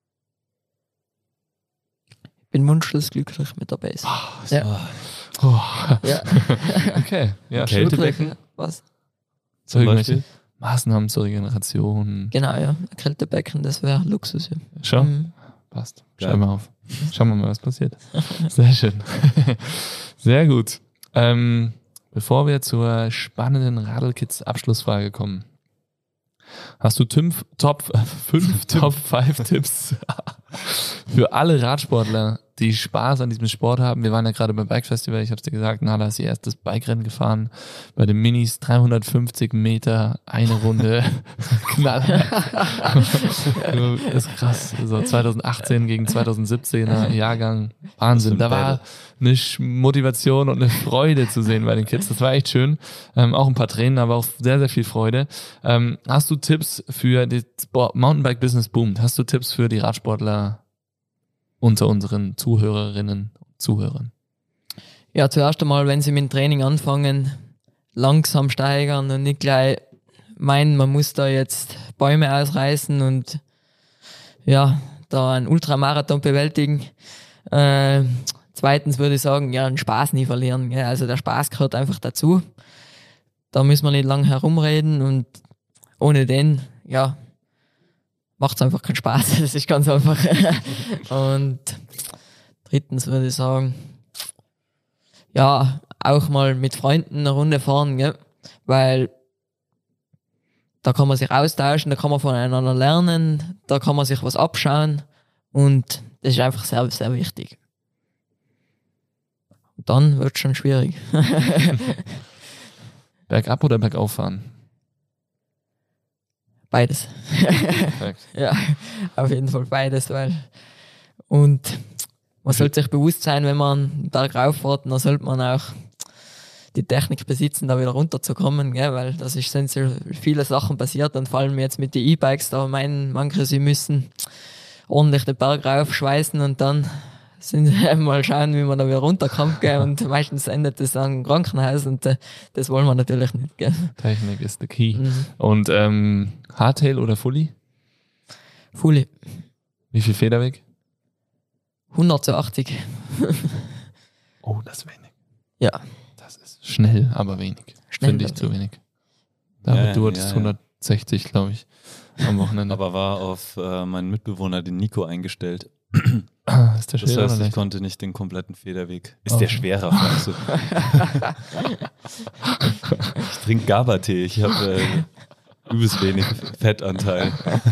Ich bin wunschlos glücklich mit der Base. Ja. Ja. Okay. Ja, Kältebecken. Was? So irgendwelche Maßnahmen zur Regeneration. Genau, ja. Kältebecken, das wäre Luxus. Ja. Schon? Passt. Schau mal auf. Schauen wir mal, was passiert. Sehr schön. Sehr gut. Bevor wir zur spannenden Radl-Kids Abschlussfrage kommen, hast du Top 5 Tipps für alle Radsportler, die Spaß an diesem Sport haben? Wir waren ja gerade beim Bike Festival, ich habe es dir gesagt, Nala ist ihr erstes Bike-Rennen gefahren, bei den Minis 350 Meter, eine Runde, Knaller. Das ist krass, so 2018 gegen 2017er Jahrgang, Wahnsinn, da war eine Motivation und eine Freude zu sehen bei den Kids, das war echt schön, auch ein paar Tränen, aber auch sehr, sehr viel Freude. Hast du Tipps für das Mountainbike-Business boomt, hast du Tipps für die Radsportler unter unseren Zuhörerinnen und Zuhörern? Ja, zuerst einmal, wenn sie mit dem Training anfangen, langsam steigern und nicht gleich meinen, man muss da jetzt Bäume ausreißen und ja, da einen Ultramarathon bewältigen. Zweitens würde ich sagen, ja, den Spaß nie verlieren. Gell? Also der Spaß gehört einfach dazu. Da müssen wir nicht lang herumreden und ohne den, ja, macht es einfach keinen Spaß. Das ist ganz einfach. Und drittens würde ich sagen, ja, auch mal mit Freunden eine Runde fahren, gell? Weil da kann man sich austauschen, da kann man voneinander lernen, da kann man sich was abschauen und das ist einfach sehr, sehr wichtig. Und dann wird es schon schwierig. Bergab oder bergauf fahren? Beides. Perfekt. Ja, auf jeden Fall beides, und man sollte sich bewusst sein, wenn man einen Berg rauffährt, dann sollte man auch die Technik besitzen, da wieder runterzukommen, gell? Weil das sind so viele Sachen passiert und vor allem jetzt mit den E-Bikes, da meinen manche, sie müssen ordentlich den Berg raufschweißen und dann sind mal schauen, wie man da wieder runterkommt, gell? Und meistens endet das dann im Krankenhaus und das wollen wir natürlich nicht, gell? Technik ist the key. Und Hardtail oder Fully? Fully. Wie viel Federweg? 180. Oh, das ist wenig. Ja. Das ist schnell, aber wenig. Schnell, Finde ich aber zu wenig. David, du hattest ja. 160, glaube ich, am Wochenende. Aber war auf meinen Mitbewohner, den Nico, eingestellt. Ist der Das schwer heißt, oder ich nicht? konnte nicht den kompletten Federweg. Ist Oh. der schwerer, fragst du? Ich trinke GABA-Tee. Ich habe übelst wenig Fettanteil.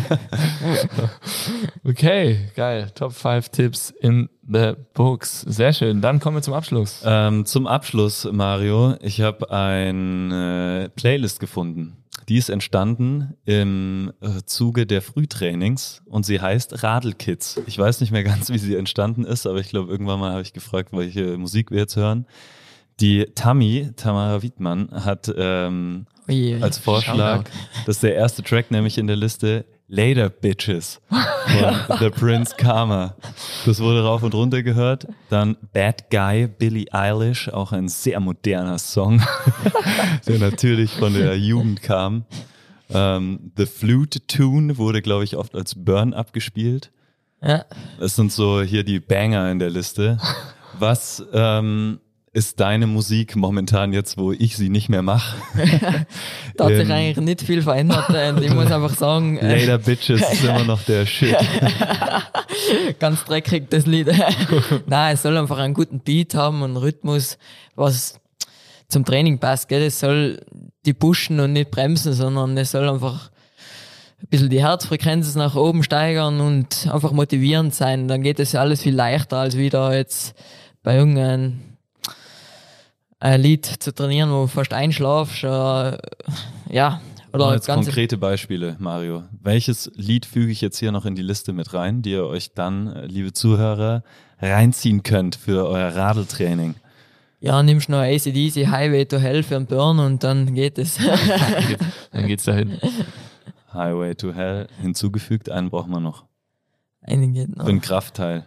Okay, geil. Top 5 Tipps in the books. Sehr schön. Dann kommen wir zum Abschluss. Zum Abschluss, Mario, ich habe eine Playlist gefunden. Die ist entstanden im Zuge der Frühtrainings und sie heißt Radelkids. Ich weiß nicht mehr ganz, wie sie entstanden ist, aber ich glaube, irgendwann mal habe ich gefragt, welche Musik wir jetzt hören. Die Tamara Wiedmann hat als Vorschlag, das ist der erste Track nämlich in der Liste, Later Bitches von The Prince Karma. Das wurde rauf und runter gehört. Dann Bad Guy, Billie Eilish, auch ein sehr moderner Song, der natürlich von der Jugend kam. The Flute Tune wurde, glaube ich, oft als Burn abgespielt. Ja. Das sind so hier die Banger in der Liste. Was ist deine Musik momentan jetzt, wo ich sie nicht mehr mache? Da hat sich eigentlich nicht viel verändert. Und ich muss einfach sagen, Later Bitches ist immer noch der Shit. ganz dreckig das Lied. Nein, es soll einfach einen guten Beat haben und einen Rhythmus, was zum Training passt. Gell? Es soll die pushen und nicht bremsen, sondern es soll einfach ein bisschen die Herzfrequenz nach oben steigern und einfach motivierend sein. Dann geht es ja alles viel leichter, als wieder jetzt bei irgendeinem ein Lied zu trainieren, wo du fast einschlafst. Ja, oder jetzt konkrete Beispiele, Mario. Welches Lied füge ich jetzt hier noch in die Liste mit rein, die ihr euch dann, liebe Zuhörer, reinziehen könnt für euer Radeltraining? Ja, nimmst noch AC/DC Highway to Hell für einen Burn und dann geht es. Dann geht's dahin. Highway to Hell hinzugefügt, einen brauchen wir noch. Einen geht noch. Für einen Kraftteil.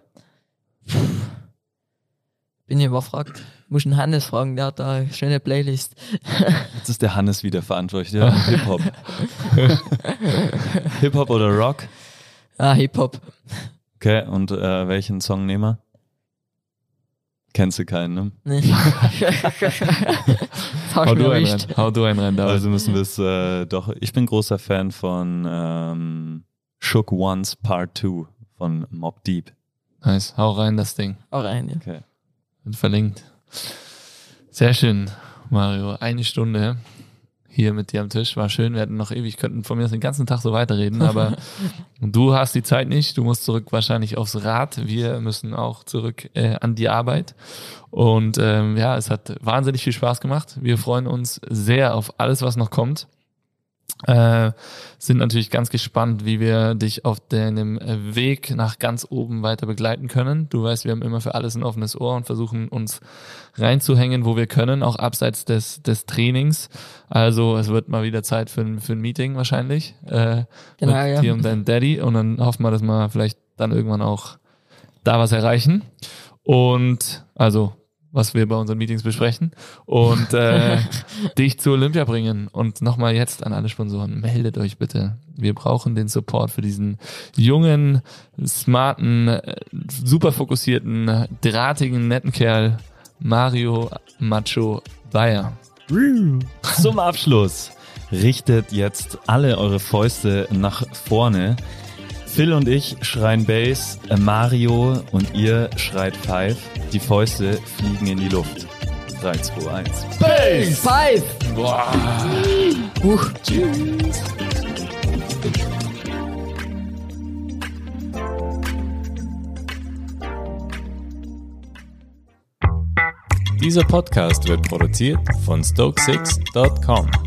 Bin ich überfragt. Muss den Hannes fragen, der hat da eine schöne Playlist. Jetzt ist der Hannes wieder verantwortlich. Ja, Hip-Hop. Hip-Hop oder Rock? Hip-Hop. Okay, und welchen Song nehmen wir? Kennst du keinen, ne? Nee. Das hast Hau du du mir einen erwischt. rein. Hau du einen rein, David. Also müssen wir es doch. Ich bin großer Fan von Shook Ones Part 2 von Mobb Deep. Nice. Hau rein das Ding. Auch rein, ja. Okay. Wird verlinkt. Sehr schön, Mario. 1 Stunde hier mit dir am Tisch. War schön. Wir hatten noch ewig, könnten von mir aus den ganzen Tag so weiterreden, aber du hast die Zeit nicht. Du musst zurück wahrscheinlich aufs Rad. Wir müssen auch zurück an die Arbeit. Und es hat wahnsinnig viel Spaß gemacht. Wir freuen uns sehr auf alles, was noch kommt. Sind natürlich ganz gespannt, wie wir dich auf deinem Weg nach ganz oben weiter begleiten können. Du weißt, wir haben immer für alles ein offenes Ohr und versuchen uns reinzuhängen, wo wir können, auch abseits des Trainings. Also es wird mal wieder Zeit für ein Meeting wahrscheinlich. Genau, mit ja. dir und deinem Daddy, und dann hoffen wir, dass wir vielleicht dann irgendwann auch da was erreichen. Und also was wir bei unseren Meetings besprechen und dich zur Olympia bringen. Und nochmal jetzt an alle Sponsoren, meldet euch bitte. Wir brauchen den Support für diesen jungen, smarten, super fokussierten, drahtigen, netten Kerl, Mario Macho Bayer. Zum Abschluss richtet jetzt alle eure Fäuste nach vorne. Phil und ich schreien Bass, Mario und ihr schreit Five. Die Fäuste fliegen in die Luft. 3, 2, 1. Bass! Five! Boah. Tschüss! Dieser Podcast wird produziert von Stoke6.com.